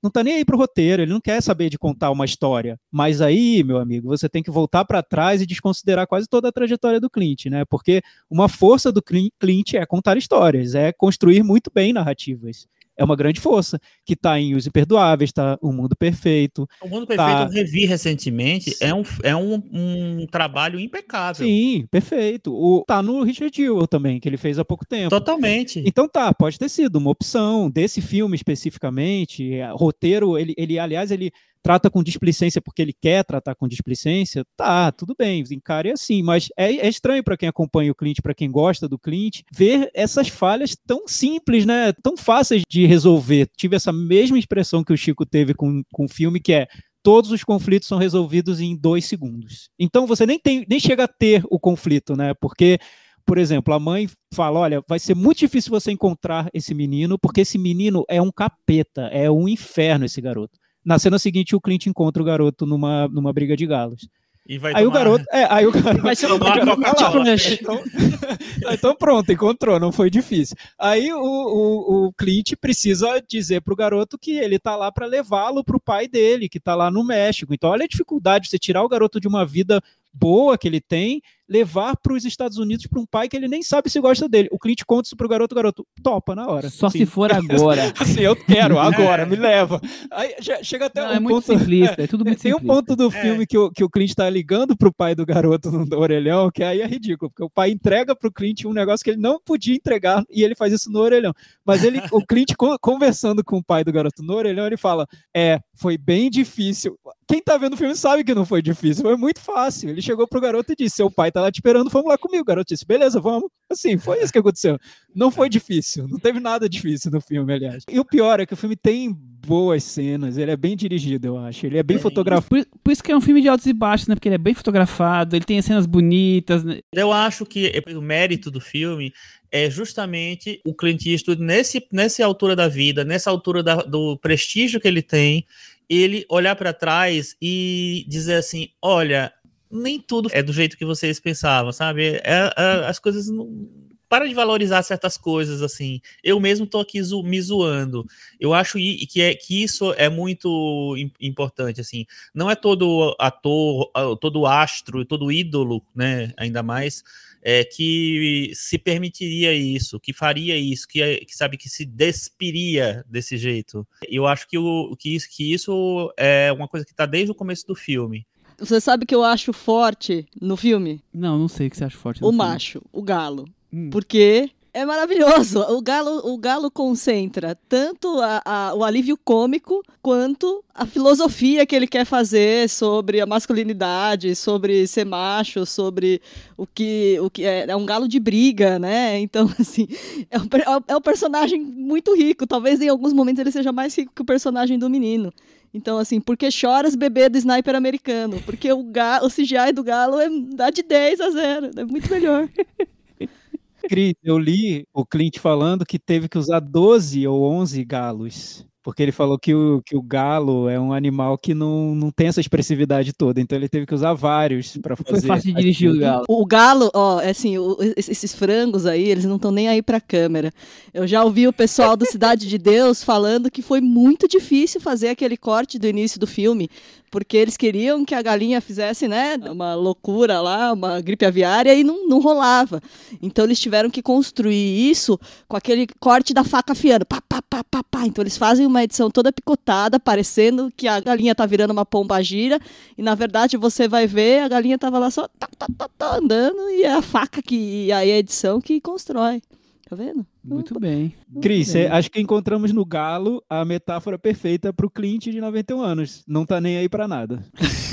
não tá nem aí pro roteiro, ele não quer saber de contar uma história. Mas aí, meu amigo, você tem que voltar para trás e desconsiderar quase toda a trajetória do Clint, né? Porque uma força do Clint é contar histórias, é construir muito bem narrativas. É uma grande força, que está em Os Imperdoáveis, está O Mundo Perfeito. O Mundo Perfeito tá... eu revi recentemente, é, um, é um, um trabalho impecável. Sim, perfeito. O, tá no Richard Jewell também, que ele fez há pouco tempo. Totalmente. Então tá, pode ter sido uma opção desse filme especificamente. Roteiro, ele, ele aliás, ele trata com displicência porque ele quer tratar com displicência, tá, tudo bem, encare assim, mas é, é estranho para quem acompanha o Clint, para quem gosta do Clint, ver essas falhas tão simples, né, tão fáceis de resolver. Tive essa mesma expressão que o Chico teve com, com o filme, que é todos os conflitos são resolvidos em dois segundos. Então você nem, tem, nem chega a ter o conflito, né, porque... Por exemplo, a mãe fala, olha, vai ser muito difícil você encontrar esse menino, porque esse menino é um capeta, é um inferno esse garoto. Na cena seguinte, o Clint encontra o garoto numa, numa briga de galos. E vai aí tomar... o garoto, é, aí o garoto vai ser tomar Coca-Cola. Então, então pronto, encontrou, não foi difícil. Aí o, o, o Clint precisa dizer pro garoto que ele tá lá para levá-lo pro pai dele, que tá lá no México. Então olha a dificuldade de você tirar o garoto de uma vida boa que ele tem, levar para os Estados Unidos para um pai que ele nem sabe se gosta dele. O Clint conta isso pro garoto, o garoto topa na hora. Só assim. se for agora. Assim, eu quero, agora, me leva. Aí já, chega até Não, um é muito ponto... simplista, é tudo muito Tem simplista. um ponto do É. filme que o, que o Clint tá ligando pro pai do garoto no, no orelhão, que aí é ridículo, porque o pai entrega pro Clint um negócio que ele não podia entregar, e ele faz isso no orelhão. Mas ele, o Clint co- conversando com o pai do garoto no orelhão, ele fala, é, foi bem difícil. Quem tá vendo o filme sabe que não foi difícil, foi muito fácil. Ele chegou pro garoto e disse, seu pai tá lá te esperando, vamos lá comigo. O garoto disse, beleza, vamos. Assim, foi isso que aconteceu. Não foi difícil, não teve nada difícil no filme, aliás. E o pior é que o filme tem boas cenas, ele é bem dirigido, eu acho. Ele é bem fotografado. Por, por isso que é um filme de altos e baixos, né? Porque ele é bem fotografado, ele tem as cenas bonitas, né? Eu acho que o mérito do filme é justamente o Clint Eastwood, nesse, nessa altura da vida, nessa altura da, do prestígio que ele tem, ele olhar para trás e dizer assim, olha, nem tudo é do jeito que vocês pensavam, sabe? É, é, as coisas não... Para de valorizar certas coisas, assim. Eu mesmo tô aqui zo- me zoando. Eu acho i- que, é, que isso é muito im- importante, assim. Não é todo ator, todo astro, todo ídolo, né, ainda mais, é, que se permitiria isso, que faria isso, que, que sabe, que se despiria desse jeito. Eu acho que, o, que, isso, que isso é uma coisa que tá desde o começo do filme. Você sabe que eu acho forte no filme? Não, não sei o que você acha forte no O filme. macho, o galo. Hum. Porque é maravilhoso. O galo, o galo concentra tanto a, a, o alívio cômico quanto a filosofia que ele quer fazer sobre a masculinidade, sobre ser macho, sobre o que, o que é, é um galo de briga, né? Então, assim, é um, é um personagem muito rico. Talvez em alguns momentos ele seja mais rico que o personagem do menino. Então, assim, porque choras bebê do sniper americano? Porque o, ga, o C G I do galo é, dá de dez a zero. É muito melhor. Cris, eu li o Clint falando que teve que usar doze ou onze galos, porque ele falou que o, que o galo é um animal que não, não tem essa expressividade toda, então ele teve que usar vários para fazer. Foi fácil de dirigir o galo. O galo, ó, é assim, o, esses frangos aí, eles não estão nem aí pra câmera. Eu já ouvi o pessoal do Cidade de Deus falando que foi muito difícil fazer aquele corte do início do filme, porque eles queriam que a galinha fizesse, né, uma loucura lá, uma gripe aviária, e não, não rolava. Então eles tiveram que construir isso com aquele corte da faca afiando, pá, pá, pá, pá, pá. Então eles fazem uma edição toda picotada, parecendo que a galinha tá virando uma pombagira, e na verdade você vai ver, a galinha tava lá só tá, tá, tá, tá, andando, e é a faca que, e aí a edição que constrói. Tá vendo? Muito bem. Cris, Muito bem. acho que encontramos no galo a metáfora perfeita pro Clint de noventa e um anos. Não tá nem aí pra nada.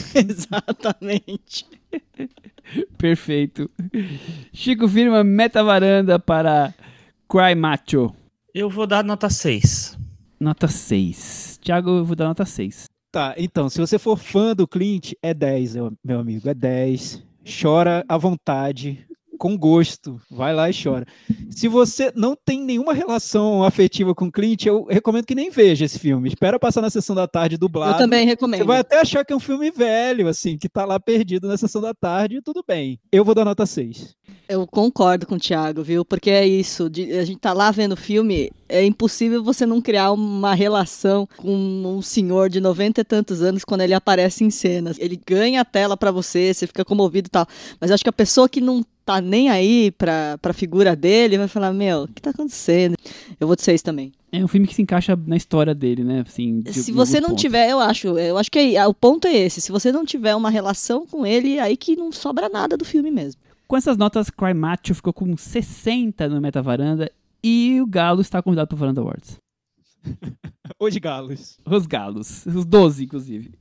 Exatamente. Perfeito. Chico Firman, meta varanda para Cry Macho. Eu vou dar nota seis. Nota seis. Thiago, eu vou dar nota seis. Tá, então, se você for fã do Clint, é dez, meu amigo, é dez. Chora à vontade. com gosto. Vai lá e chora. Se você não tem nenhuma relação afetiva com Clint, eu recomendo que nem veja esse filme. Espera passar na sessão da tarde dublado. Eu também recomendo. Você vai até achar que é um filme velho, assim, que tá lá perdido na sessão da tarde e tudo bem. Eu vou dar nota seis. Eu concordo com o Thiago, viu? Porque é isso, de, a gente tá lá vendo o filme, é impossível você não criar uma relação com um senhor de noventa e tantos anos quando ele aparece em cenas. Ele ganha a tela pra você, você fica comovido e tal. Mas eu acho que a pessoa que não tá nem aí pra, pra figura dele vai falar, meu, o que tá acontecendo? Eu vou de seis também. É um filme que se encaixa na história dele, né? Assim, de, se de você não pontos. tiver, eu acho, eu acho que é, o ponto é esse. Se você não tiver uma relação com ele, aí que não sobra nada do filme mesmo. Com essas notas, Cry Macho ficou com sessenta no Metavaranda e o Galo está convidado para o Varanda Awards. Os galos. Os galos. Os doze, inclusive.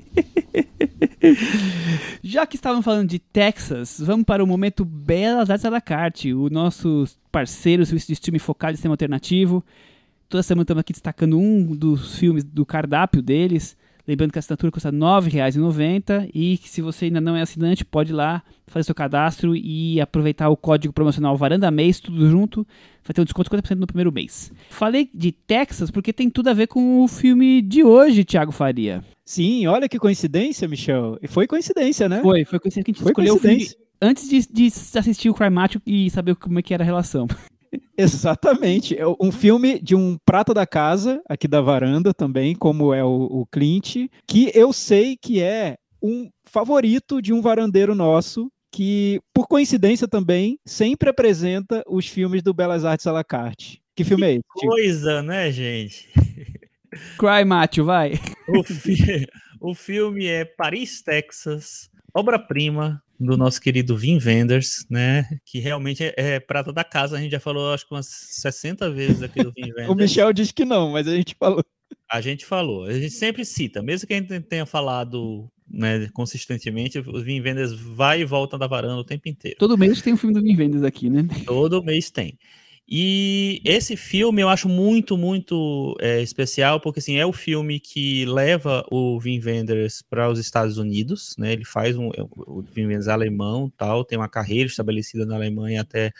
Já que estavam falando de Texas, vamos para o momento Belas Artes à la carte. O nosso parceiro, o serviço de streaming focado em cinema alternativo. Toda semana estamos aqui destacando um dos filmes do cardápio deles. Lembrando que a assinatura custa nove reais e noventa centavos e que se você ainda não é assinante, pode ir lá fazer seu cadastro e aproveitar o código promocional VarandaMês, tudo junto. Vai ter um desconto de cinquenta por cento no primeiro mês. Falei de Texas porque tem tudo a ver com o filme de hoje, Thiago Faria. Sim, olha que coincidência, Michel. E foi coincidência, né? Foi, foi coincidência que a gente foi escolheu o filme antes de, de assistir o Cry Macho e saber como é que era a relação. Exatamente. É um filme de um prata da casa, aqui da varanda também, como é o, o Clint, que eu sei que é um favorito de um varandeiro nosso, que, por coincidência também, sempre apresenta os filmes do Belas Artes à la carte. Que filme é esse? Que coisa, né, gente? Cry Macho, vai. O, fi- o filme é Paris, Texas, obra-prima do nosso querido Wim Wenders, né, que realmente é, é prata da casa. A gente já falou, acho que umas sessenta vezes aqui do Wim Wenders. O Michel diz que não, mas a gente falou. A gente falou, a gente sempre cita, mesmo que a gente tenha falado, né, consistentemente, o Wim Wenders vai e volta da varanda o tempo inteiro. Todo mês tem um filme do Wim Wenders aqui, né? Todo mês tem. E esse filme eu acho muito, muito é, especial, porque assim, é o filme que leva o Wim Wenders para os Estados Unidos, né? Ele faz um, o Wim Wenders é alemão, tal, tem uma carreira estabelecida na Alemanha até,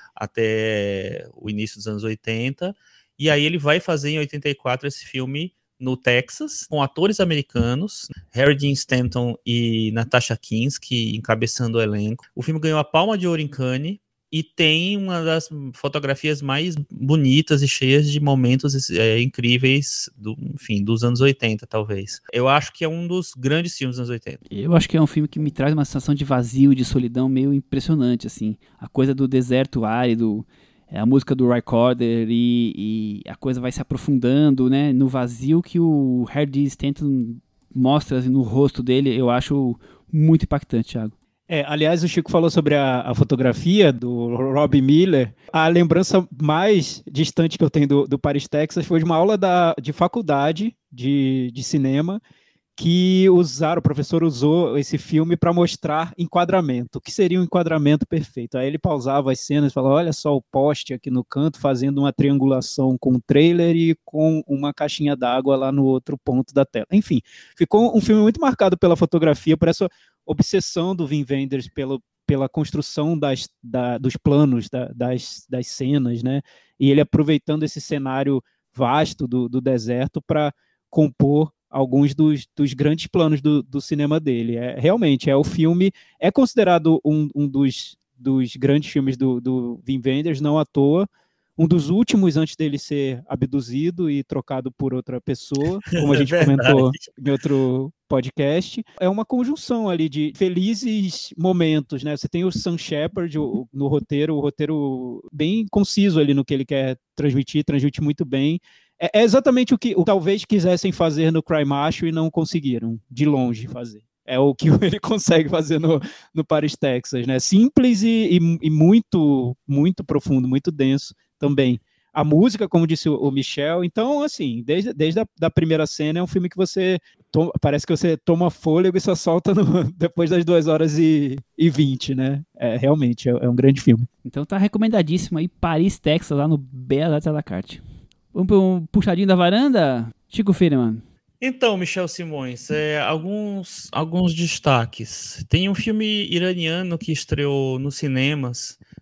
até o início dos anos oitenta, e aí ele vai fazer em oitenta e quatro esse filme no Texas, com atores americanos, Harry Dean Stanton e Natasha Kinski encabeçando o elenco. O filme ganhou a Palma de Ouro em Cannes, e tem uma das fotografias mais bonitas e cheias de momentos é, incríveis, do, enfim, dos anos oitenta, talvez. Eu acho que é um dos grandes filmes dos anos oitenta. Eu acho que é um filme que me traz uma sensação de vazio, de solidão meio impressionante, assim. A coisa do deserto árido, a música do Recorder e, e a coisa vai se aprofundando, né, no vazio que o Harry Stanton mostra assim, no rosto dele, eu acho muito impactante, Thiago. É, aliás, o Chico falou sobre a, a fotografia do Rob Miller. A lembrança mais distante que eu tenho do, do Paris, Texas, foi de uma aula da, de faculdade de, de cinema, que usaram, o professor usou esse filme para mostrar enquadramento. O que seria um enquadramento perfeito? Aí ele pausava as cenas e falava, olha só o poste aqui no canto, fazendo uma triangulação com o trailer e com uma caixinha d'água lá no outro ponto da tela. Enfim, ficou um filme muito marcado pela fotografia, por essa obsessão do Wim Wenders pelo, pela construção das, da, dos planos, da, das, das cenas, né? E ele aproveitando esse cenário vasto do, do deserto para compor alguns dos, dos grandes planos do, do cinema dele. É, realmente, é o filme, é considerado um, um dos, dos grandes filmes do, do Wim Wenders, não à toa, um dos últimos antes dele ser abduzido e trocado por outra pessoa, como a gente é comentou em outro podcast. É uma conjunção ali de felizes momentos, né? Você tem o Sam Shepard o, no roteiro, o roteiro bem conciso ali no que ele quer transmitir, transmite muito bem. É, é exatamente o que o, talvez quisessem fazer no Cry Macho e não conseguiram, de longe, fazer. É o que ele consegue fazer no, no Paris, Texas, né? Simples e, e, e muito, muito profundo, muito denso também. A música, como disse o, o Michel, então, assim, desde, desde a da primeira cena é um filme que você, toma, parece que você toma fôlego e só solta no, depois das duas horas e vinte, né? É, realmente, é, é um grande filme. Então tá recomendadíssimo aí, Paris, Texas, lá no Belas Artes à la carte. Vamos para um puxadinho da varanda? Chico Firman. Então, Michel Simões, é, alguns, alguns destaques. Tem um filme iraniano que estreou nos cinemas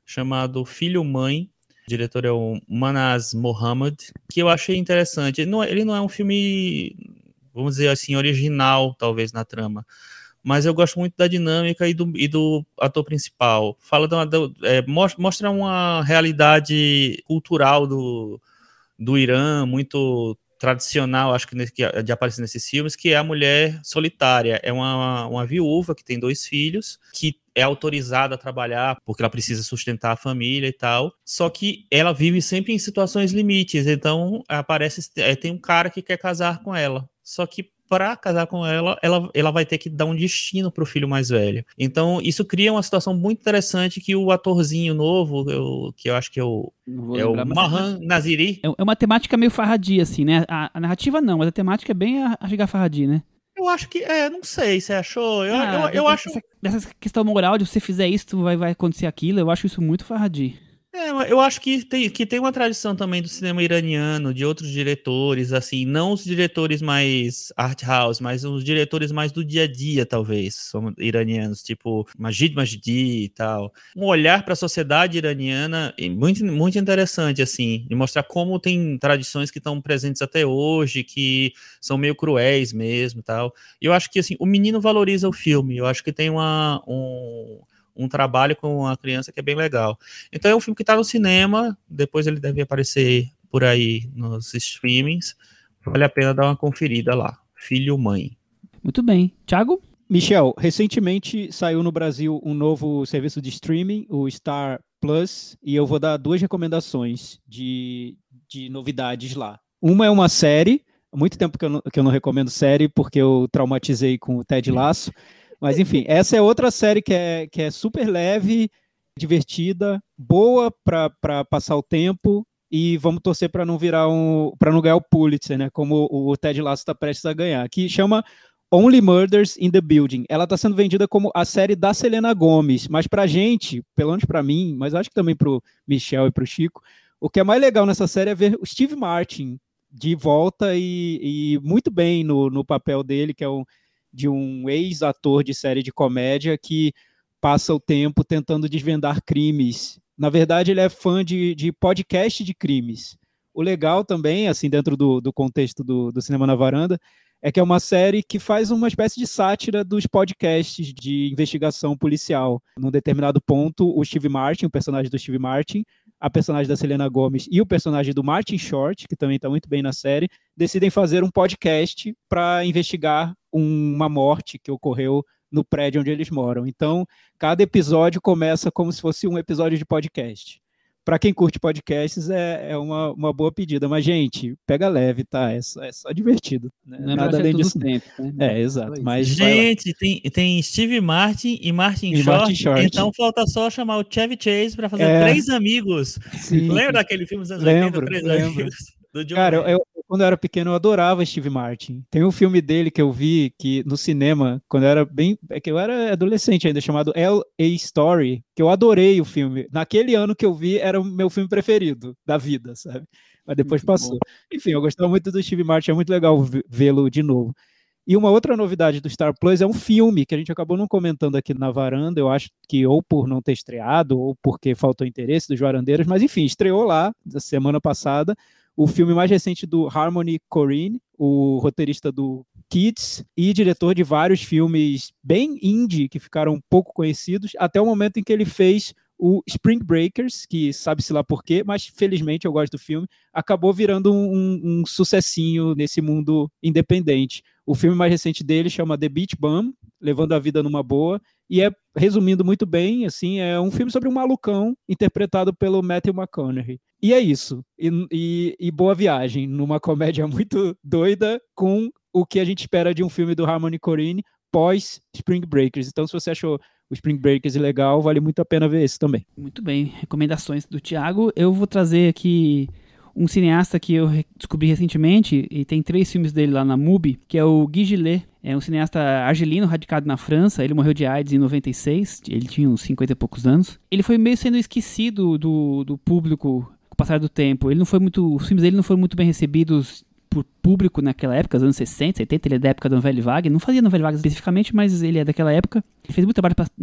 chamado Filho Mãe. O diretor é o Manaz Mohammad, que eu achei interessante. Ele não, ele não é um filme, vamos dizer assim, original, talvez, na trama. Mas eu gosto muito da dinâmica e do, e do ator principal. Fala de uma, do, é, mostra uma realidade cultural do, do Irã, muito tradicional, acho que de aparecer nesses filmes, que é a mulher solitária. É uma, uma viúva que tem dois filhos, que é autorizada a trabalhar porque ela precisa sustentar a família e tal, só que ela vive sempre em situações limites. Então aparece, é, tem um cara que quer casar com ela, só que para casar com ela, ela, ela vai ter que dar um destino para o filho mais velho. Então, isso cria uma situação muito interessante que o atorzinho novo, eu, que eu acho que é o, é o Mahan Naziri... É uma temática meio Farhadi, assim, né? A, a narrativa não, mas a temática é bem a, a Giga Farhadi, né? Eu acho que... É, não sei, você achou? Eu, ah, eu, eu dessa, acho... Dessa questão moral de se você fizer isso, vai, vai acontecer aquilo, eu acho isso muito Farhadi. É, eu acho que tem, que tem uma tradição também do cinema iraniano, de outros diretores, assim, não os diretores mais art house, mas os diretores mais do dia a dia, talvez, são iranianos, tipo Majid Majidi e tal. Um olhar para a sociedade iraniana muito, muito interessante, assim, de mostrar como tem tradições que estão presentes até hoje, que são meio cruéis mesmo e tal. E eu acho que, assim, o menino valoriza o filme, eu acho que tem uma... Um, um trabalho com a criança que é bem legal. Então é um filme que está no cinema, depois ele deve aparecer por aí nos streamings, vale a pena dar uma conferida lá. Filho Mãe. Muito bem. Thiago? Michel, recentemente saiu no Brasil um novo serviço de streaming, o Star Plus, e eu vou dar duas recomendações de, de novidades lá. Uma é uma série, há muito tempo que eu, não, que eu não recomendo série, porque eu traumatizei com o Ted Lasso. Mas, enfim, essa é outra série que é, que é super leve, divertida, boa para passar o tempo, e vamos torcer para não virar um, para não ganhar o Pulitzer, né? Como o, o Ted Lasso está prestes a ganhar. Que chama Only Murders in the Building. Ela está sendo vendida como a série da Selena Gomez, mas para a gente, pelo menos para mim, mas acho que também para o Michel e para o Chico, o que é mais legal nessa série é ver o Steve Martin de volta e, e muito bem no, no papel dele, que é um de um ex-ator de série de comédia que passa o tempo tentando desvendar crimes. Na verdade, ele é fã de, de podcast de crimes. O legal também, assim, dentro do, do contexto do, do Cinema na Varanda, é que é uma série que faz uma espécie de sátira dos podcasts de investigação policial. Num determinado ponto, o Steve Martin, o personagem do Steve Martin, a personagem da Selena Gomez e o personagem do Martin Short, que também está muito bem na série, decidem fazer um podcast para investigar uma morte que ocorreu no prédio onde eles moram. Então, cada episódio começa como se fosse um episódio de podcast. Para quem curte podcasts, é, é uma, uma boa pedida. Mas, gente, pega leve, tá? É só, é só divertido. Né? Não é Nada além disso. Tempo, né? É, exato. Mas gente, tem, tem Steve Martin e Martin, e Short, Martin Short. Então falta só chamar o Chevy Chase para fazer É. Três Amigos. Sim. Lembra daquele filme dos anos Lembro, oitenta, Três lembro. Amigos? Do John Cara, eu, Wayne. eu, quando eu era pequeno, eu adorava Steve Martin. Tem um filme dele que eu vi que, no cinema, quando eu era bem. É que eu era adolescente ainda, chamado L A. Story, que eu adorei o filme. Naquele ano que eu vi, era o meu filme preferido da vida, sabe? Mas depois Muito passou. bom. Enfim, eu gostava muito do Steve Martin, é muito legal v- vê-lo de novo. E uma outra novidade do Star Plus é um filme que a gente acabou não comentando aqui na varanda, eu acho que ou por não ter estreado, ou porque faltou interesse dos varandeiros, mas enfim, estreou lá, na semana passada, o filme mais recente do Harmony Korine, o roteirista do Kids e diretor de vários filmes bem indie, que ficaram pouco conhecidos, até o momento em que ele fez o Spring Breakers, que sabe-se lá por quê, mas felizmente eu gosto do filme, acabou virando um, um, um sucessinho nesse mundo independente. O filme mais recente dele chama The Beach Bum, Levando a Vida numa Boa, e é, resumindo muito bem, assim, é um filme sobre um malucão interpretado pelo Matthew McConaughey. E é isso. E, e, e boa viagem numa comédia muito doida com o que a gente espera de um filme do Harmony Korine pós Spring Breakers. Então, se você achou o Spring Breakers legal, vale muito a pena ver esse também. Muito bem. Recomendações do Thiago. Eu vou trazer aqui um cineasta que eu re- descobri recentemente, e tem três filmes dele lá na Mubi, que é o Guy Gillet. É um cineasta argelino, radicado na França. Ele morreu de AIDS em noventa e seis, ele tinha uns cinquenta e poucos anos. Ele foi meio sendo esquecido do, do público com o passar do tempo. Ele não foi muito, os filmes dele não foram muito bem recebidos por público naquela época, os anos sessenta, setenta, ele é da época da Novelle Vague, não fazia Novelle Vague especificamente, mas ele é daquela época. Ele fez muito trabalho pra, na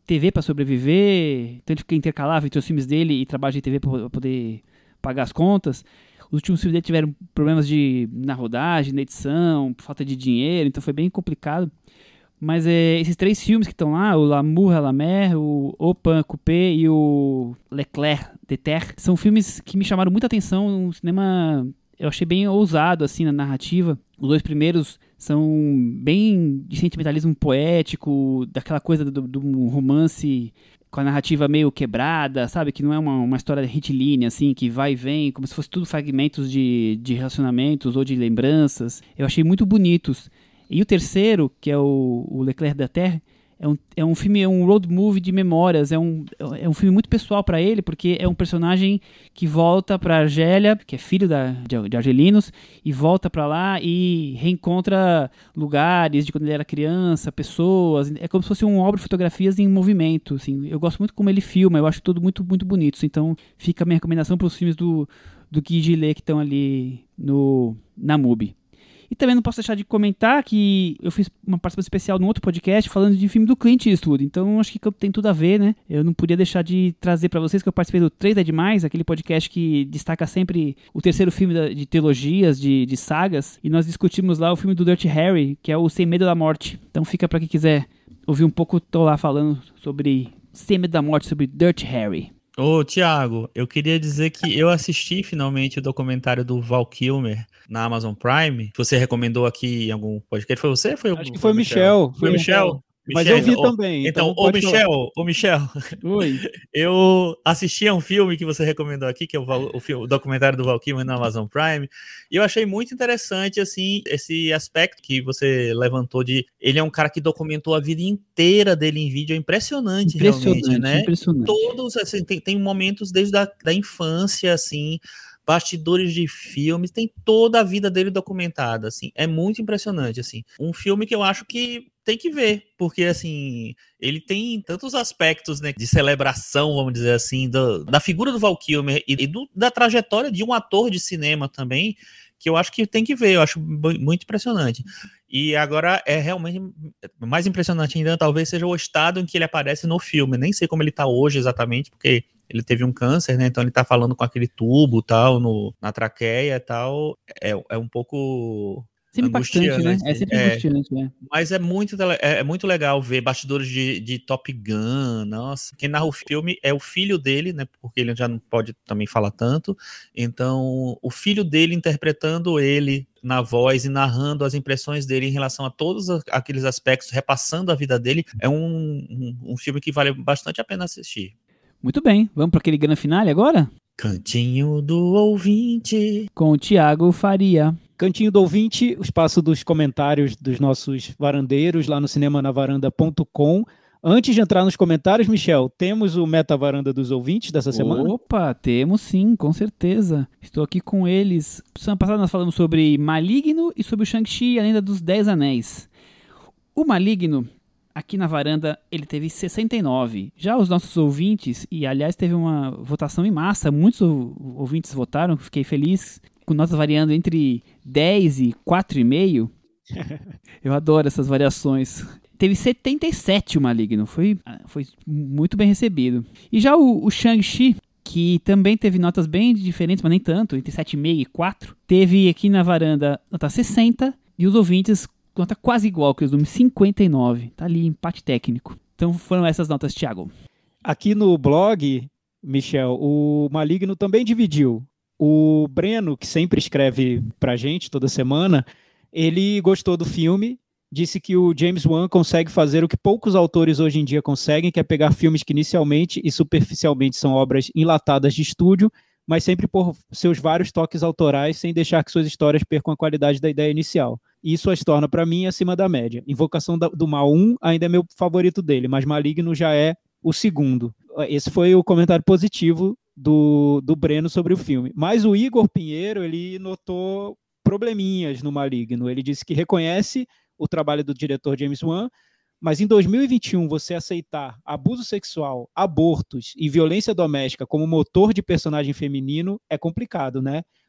T V para sobreviver, então ele fica intercalava entre os filmes dele e trabalho de T V para poder pagar as contas. Os últimos filmes dele tiveram problemas de, na rodagem, na edição, falta de dinheiro, então foi bem complicado. Mas é, esses três filmes que estão lá, o L'amour à la mer, o Au pain coupé e o L'Éclair de Terre, são filmes que me chamaram muita atenção. Um cinema, eu achei bem ousado assim na narrativa. Os dois primeiros são bem de sentimentalismo poético, daquela coisa do, do romance com a narrativa meio quebrada, sabe? Que não é uma, uma história retilínea, assim, que vai e vem, como se fosse tudo fragmentos de, de relacionamentos ou de lembranças. Eu achei muito bonitos. E o terceiro, que é o, o L'Éclair de Terre, é um, é um filme, é um road movie de memórias, é um, é um filme muito pessoal para ele, porque é um personagem que volta para Argélia, que é filho da, de, de argelinos, e volta para lá e reencontra lugares de quando ele era criança, pessoas, é como se fosse uma obra de fotografias em movimento, assim. Eu gosto muito como ele filma, eu acho tudo muito, muito bonito, então fica a minha recomendação para os filmes do, do Guy Gillet que estão ali no, na MUBI. E também não posso deixar de comentar que eu fiz uma participação especial num outro podcast falando de filme do Clint Eastwood, então acho que tem tudo a ver, né? Eu não podia deixar de trazer pra vocês que eu participei do Três é Demais, aquele podcast que destaca sempre o terceiro filme de trilogias, de, de sagas, e nós discutimos lá o filme do Dirty Harry, que é o Sem Medo da Morte. Então fica pra quem quiser ouvir um pouco, tô lá falando sobre Sem Medo da Morte, sobre Dirty Harry. Ô, Thiago, eu queria dizer que eu assisti finalmente o documentário do Val Kilmer na Amazon Prime. Você recomendou aqui em algum podcast? Foi você? Foi o, Acho que foi o Michel. Foi o Michel? Michel? Mas eu vi oh, também. Então, então ô Michel, ô Michel, Oi. eu assisti a um filme que você recomendou aqui, que é o, o, filme, o documentário do Val Kilmer na Amazon Prime, e eu achei muito interessante, assim, esse aspecto que você levantou de... Ele é um cara que documentou a vida inteira dele em vídeo, é impressionante, impressionante realmente, né? Impressionante. Todos, assim, tem, tem momentos desde a da infância, assim... bastidores de filmes, tem toda a vida dele documentada, assim, é muito impressionante, assim, um filme que eu acho que tem que ver, porque, assim, ele tem tantos aspectos, né, de celebração, vamos dizer assim, do, da figura do Val Kilmer e, e do, da trajetória de um ator de cinema também, que eu acho que tem que ver, eu acho muito impressionante. E agora é realmente mais impressionante ainda, talvez seja o estado em que ele aparece no filme, nem sei como ele tá hoje exatamente, porque ele teve um câncer, né, então ele tá falando com aquele tubo, tal, no, na traqueia e tal, é, é um pouco... Sempre impactante, né? É sempre é, angustiante, né? Mas é muito, é, é muito legal ver bastidores de, de Top Gun, nossa. Quem narra o filme é o filho dele, né? Porque ele já não pode também falar tanto. Então, o filho dele interpretando ele na voz e narrando as impressões dele em relação a todos aqueles aspectos, repassando a vida dele, é um, um, um filme que vale bastante a pena assistir. Muito bem, vamos para aquele grande finale agora? Cantinho do Ouvinte. Com o Thiago Faria. Cantinho do Ouvinte, o espaço dos comentários dos nossos varandeiros lá no cinema na varanda ponto com. Antes de entrar nos comentários, Michel, temos o Meta Varanda dos Ouvintes dessa semana? Opa, temos sim, com certeza. Estou aqui com eles. Semana passada nós falamos sobre Maligno e sobre o Shang-Chi, a Lenda dos Dez Anéis. O Maligno, aqui na varanda, ele teve sessenta e nove. Já os nossos ouvintes, e aliás teve uma votação em massa, muitos ouvintes votaram, fiquei feliz, com notas variando entre dez e quatro vírgula cinco. Eu adoro essas variações. Teve setenta e sete o Maligno, foi, foi muito bem recebido. E já o, o Shang-Chi, que também teve notas bem diferentes, mas nem tanto, entre sete vírgula cinco e quatro, teve aqui na varanda nota sessenta, e os ouvintes nota quase igual que os números, cinquenta e nove. Tá ali, empate técnico. Então foram essas notas, Thiago. Aqui no blog, Michel, o Maligno também dividiu. O Breno, que sempre escreve pra gente toda semana, ele gostou do filme, disse que o James Wan consegue fazer o que poucos autores hoje em dia conseguem, que é pegar filmes que inicialmente e superficialmente são obras enlatadas de estúdio, mas sempre por seus vários toques autorais, sem deixar que suas histórias percam a qualidade da ideia inicial. E isso as torna, para mim, acima da média. Invocação do Mal um ainda é meu favorito dele, mas Maligno já é o segundo. Esse foi o comentário positivo do, do Breno sobre o filme. Mas o Igor Pinheiro, ele notou probleminhas no Maligno. Ele disse que reconhece o trabalho do diretor James Wan, mas em dois mil e vinte e um você aceitar abuso sexual, abortos e violência doméstica como motor de personagem feminino é complicado, né?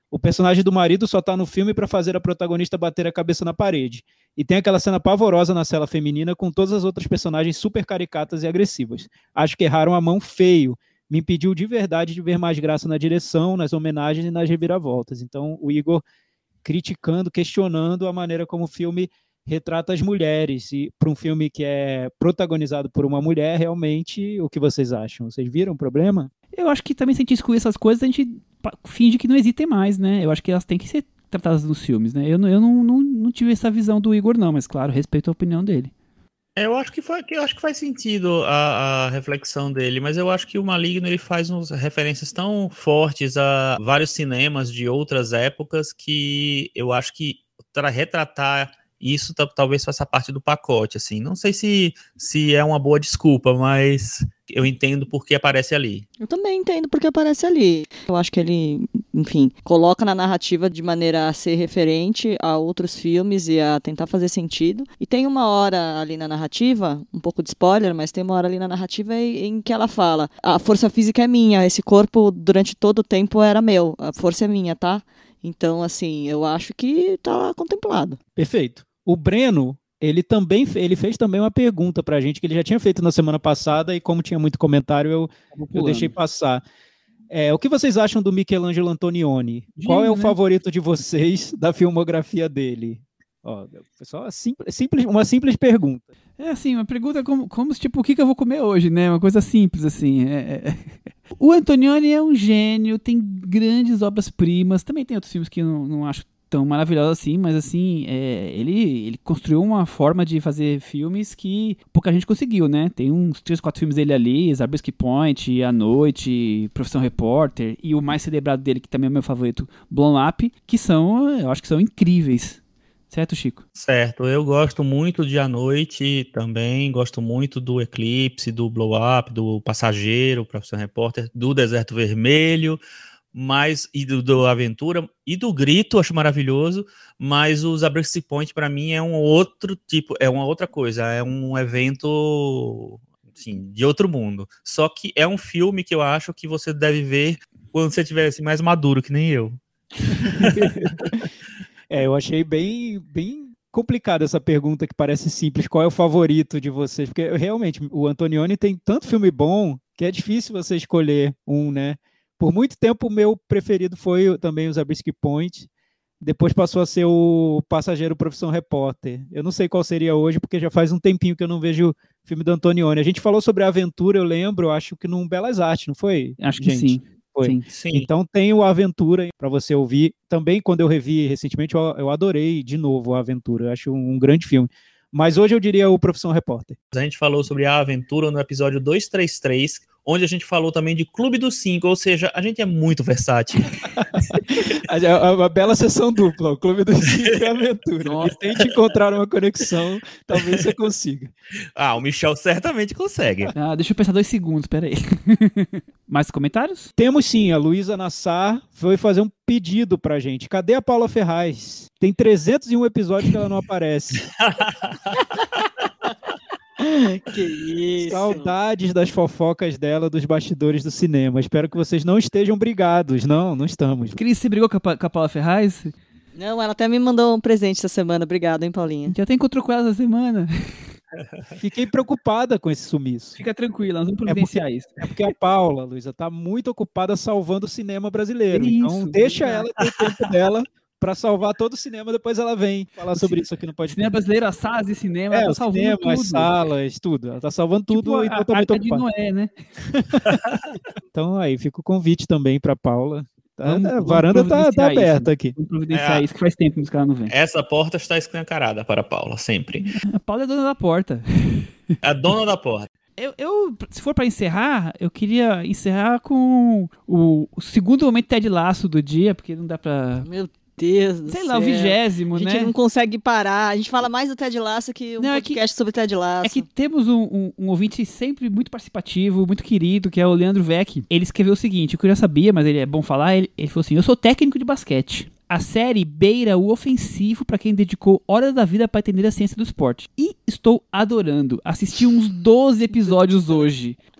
O personagem do marido só tá no filme para fazer a protagonista bater a cabeça na parede. E tem aquela cena pavorosa na cela feminina com todas as outras personagens super caricatas e agressivas. Acho que erraram a mão feio. Me impediu de verdade de ver mais graça na direção, nas homenagens e nas reviravoltas. Então, o Igor criticando, questionando a maneira como o filme retrata as mulheres. E para um filme que é protagonizado por uma mulher, realmente, o que vocês acham? Vocês viram o problema? Eu acho que também se a gente excluir essas coisas, a gente finge que não existem mais, né? Eu acho que elas têm que ser tratadas nos filmes, né? Eu, não, eu não, não, não tive essa visão do Igor, não, mas claro, respeito a opinião dele. Eu acho que, foi, eu acho que faz sentido a, a reflexão dele, mas eu acho que o Maligno ele faz umas referências tão fortes a vários cinemas de outras épocas que eu acho que para retratar isso talvez faça parte do pacote, assim. Não sei se, se é uma boa desculpa, mas eu entendo por que aparece ali. Eu também entendo porque aparece ali. Eu acho que ele, enfim, coloca na narrativa de maneira a ser referente a outros filmes e a tentar fazer sentido. E tem uma hora ali na narrativa, um pouco de spoiler, mas tem uma hora ali na narrativa em que ela fala: a força física é minha, esse corpo durante todo o tempo era meu, a força é minha, tá? Então, assim, eu acho que tá contemplado. Perfeito. O Breno, ele também ele fez também uma pergunta pra gente, que ele já tinha feito na semana passada, e como tinha muito comentário, eu, eu deixei passar. É, o que vocês acham do Michelangelo Antonioni? Gênio, Qual é o né? favorito de vocês da filmografia dele? Ó, só simples, simples, uma simples pergunta. É assim, uma pergunta como, como tipo, o que, que eu vou comer hoje, né? Uma coisa simples, assim. É, é. O Antonioni é um gênio, tem grandes obras-primas, também tem outros filmes que eu não, não acho tão maravilhoso assim, mas assim, é, ele, ele construiu uma forma de fazer filmes que pouca gente conseguiu, né? Tem uns três, quatro filmes dele ali, Zabriskie Point, A Noite, Profissão Repórter, e o mais celebrado dele, que também é o meu favorito, Blown Up, que são, eu acho que são incríveis. Certo, Chico? Certo, eu gosto muito de A Noite também, gosto muito do Eclipse, do Blow Up, do Passageiro, Profissão Repórter, do Deserto Vermelho, mas, e do, do Aventura, e do Grito, acho maravilhoso, mas o Zabriskie Point, para mim, é um outro tipo, é uma outra coisa, é um evento, assim, de outro mundo. Só que é um filme que eu acho que você deve ver quando você estiver assim, mais maduro, que nem eu. É, eu achei bem, bem complicada essa pergunta que parece simples, qual é o favorito de vocês? Porque, realmente, o Antonioni tem tanto filme bom que é difícil você escolher um, né? Por muito tempo, o meu preferido foi também o Zabriskie Point. Depois passou a ser o Passageiro Profissão Repórter. Eu não sei qual seria hoje, porque já faz um tempinho que eu não vejo o filme do Antonioni. A gente falou sobre a Aventura, eu lembro, acho que num Belas Artes, não foi? Acho que gente? sim. Foi. Sim. Sim. Então tem o Aventura para você ouvir. Também, quando eu revi recentemente, eu, eu adorei de novo a Aventura. Eu acho um, um grande filme. Mas hoje eu diria o Profissão Repórter. A gente falou sobre a Aventura no episódio duzentos e trinta e três, onde a gente falou também de Clube dos Cinco, ou seja, a gente é muito versátil. É uma bela sessão dupla, o Clube dos Cinco e a Aventura. Nossa. E tente encontrar uma conexão, talvez você consiga. Ah, o Michel certamente consegue. Ah, deixa eu pensar dois segundos, peraí. Mais comentários? Temos sim, a Luísa Nassar foi fazer um pedido pra gente. Cadê a Paula Ferraz? Tem trezentos e um episódios que ela não aparece. Que isso. Saudades das fofocas dela dos bastidores do cinema. Espero que vocês não estejam brigados. Não, não estamos. Cris, você brigou com a, Pa- com a Paula Ferraz? Não, ela até me mandou um presente essa semana. Obrigado, hein, Paulinha? Já até encontrou com ela essa semana. Fiquei preocupada com esse sumiço. Fica tranquila, nós vamos providenciar isso. É porque a Paula, Luísa, tá muito ocupada salvando o cinema brasileiro. Isso, Então deixa exato. ela ter o tempo dela para salvar todo o cinema, depois ela vem falar sobre isso aqui no podcast. Cinema brasileiro, as salas de cinema, É, ela tá o salvando cinema, tudo. as salas, tudo. Ela tá salvando tudo Tipo e a, totalmente a, a de ocupada. Noé, né? Então aí fica o convite também para Paula. Tá, Vamos- a vamos varanda tá, tá providenciar isso. aberta aqui. Vamos providenciar É. isso, que faz tempo que ela não vem. Essa porta está escancarada para a Paula, sempre. A Paula é dona da porta. A dona da porta. Eu, eu, se for pra encerrar, eu queria encerrar com o, o segundo momento Ted Lasso do dia, porque não dá pra... Meu Deus do Sei céu. lá, o vigésimo, A gente né? não consegue parar. A gente fala mais do Ted Lasso que um Não, é que- podcast sobre Ted Lasso. É que temos um, um, um ouvinte sempre muito participativo, muito querido, que é o Leandro Vec. Ele escreveu o seguinte, eu já sabia, mas ele é bom falar, ele, ele falou assim, eu sou técnico de basquete. A série beira o ofensivo pra quem dedicou horas da vida pra entender a ciência do esporte. E estou adorando. Assisti uns doze episódios hoje.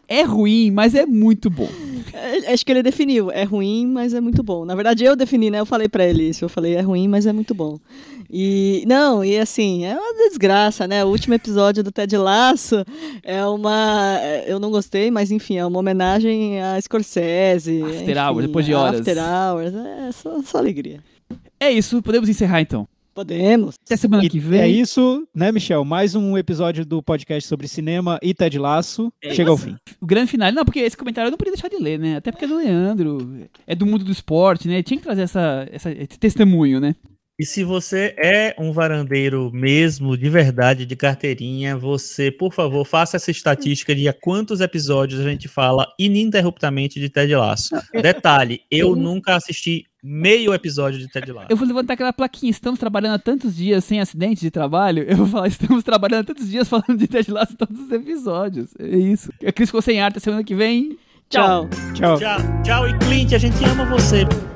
É ruim, mas é muito bom. É, acho que ele definiu. É ruim, mas é muito bom. Na verdade, eu defini, né? Eu falei pra ele isso. Eu falei, é ruim, mas é muito bom. E, não, e assim, é uma desgraça, né? O último episódio do Ted Lasso é uma... Eu não gostei, mas enfim, é uma homenagem a Scorsese. After enfim, Hours, depois de horas. After Hours, é só, só alegria. É isso, podemos encerrar então. Podemos. Até semana E que vem. é isso, né, Michel? Mais um episódio do podcast sobre cinema e Ted Lasso. É Chega ao isso. fim. O grande final. Não, porque esse comentário eu não podia deixar de ler, né? Até porque é do Leandro. É do mundo do esporte, né? Tinha que trazer essa, essa, esse testemunho, né? E se você é um varandeiro mesmo, de verdade, de carteirinha, você, por favor, faça essa estatística de a quantos episódios a gente fala ininterruptamente de Ted Lasso. Detalhe, eu nunca assisti meio episódio de Ted Lasso. Eu vou levantar aquela plaquinha. Estamos trabalhando há tantos dias sem acidente de trabalho. Eu vou falar, estamos trabalhando há tantos dias falando de Ted Lasso em todos os episódios. É isso. A Cris ficou sem ar até semana que vem. Tchau. Tchau. Tchau, tchau e Clint, a gente ama você.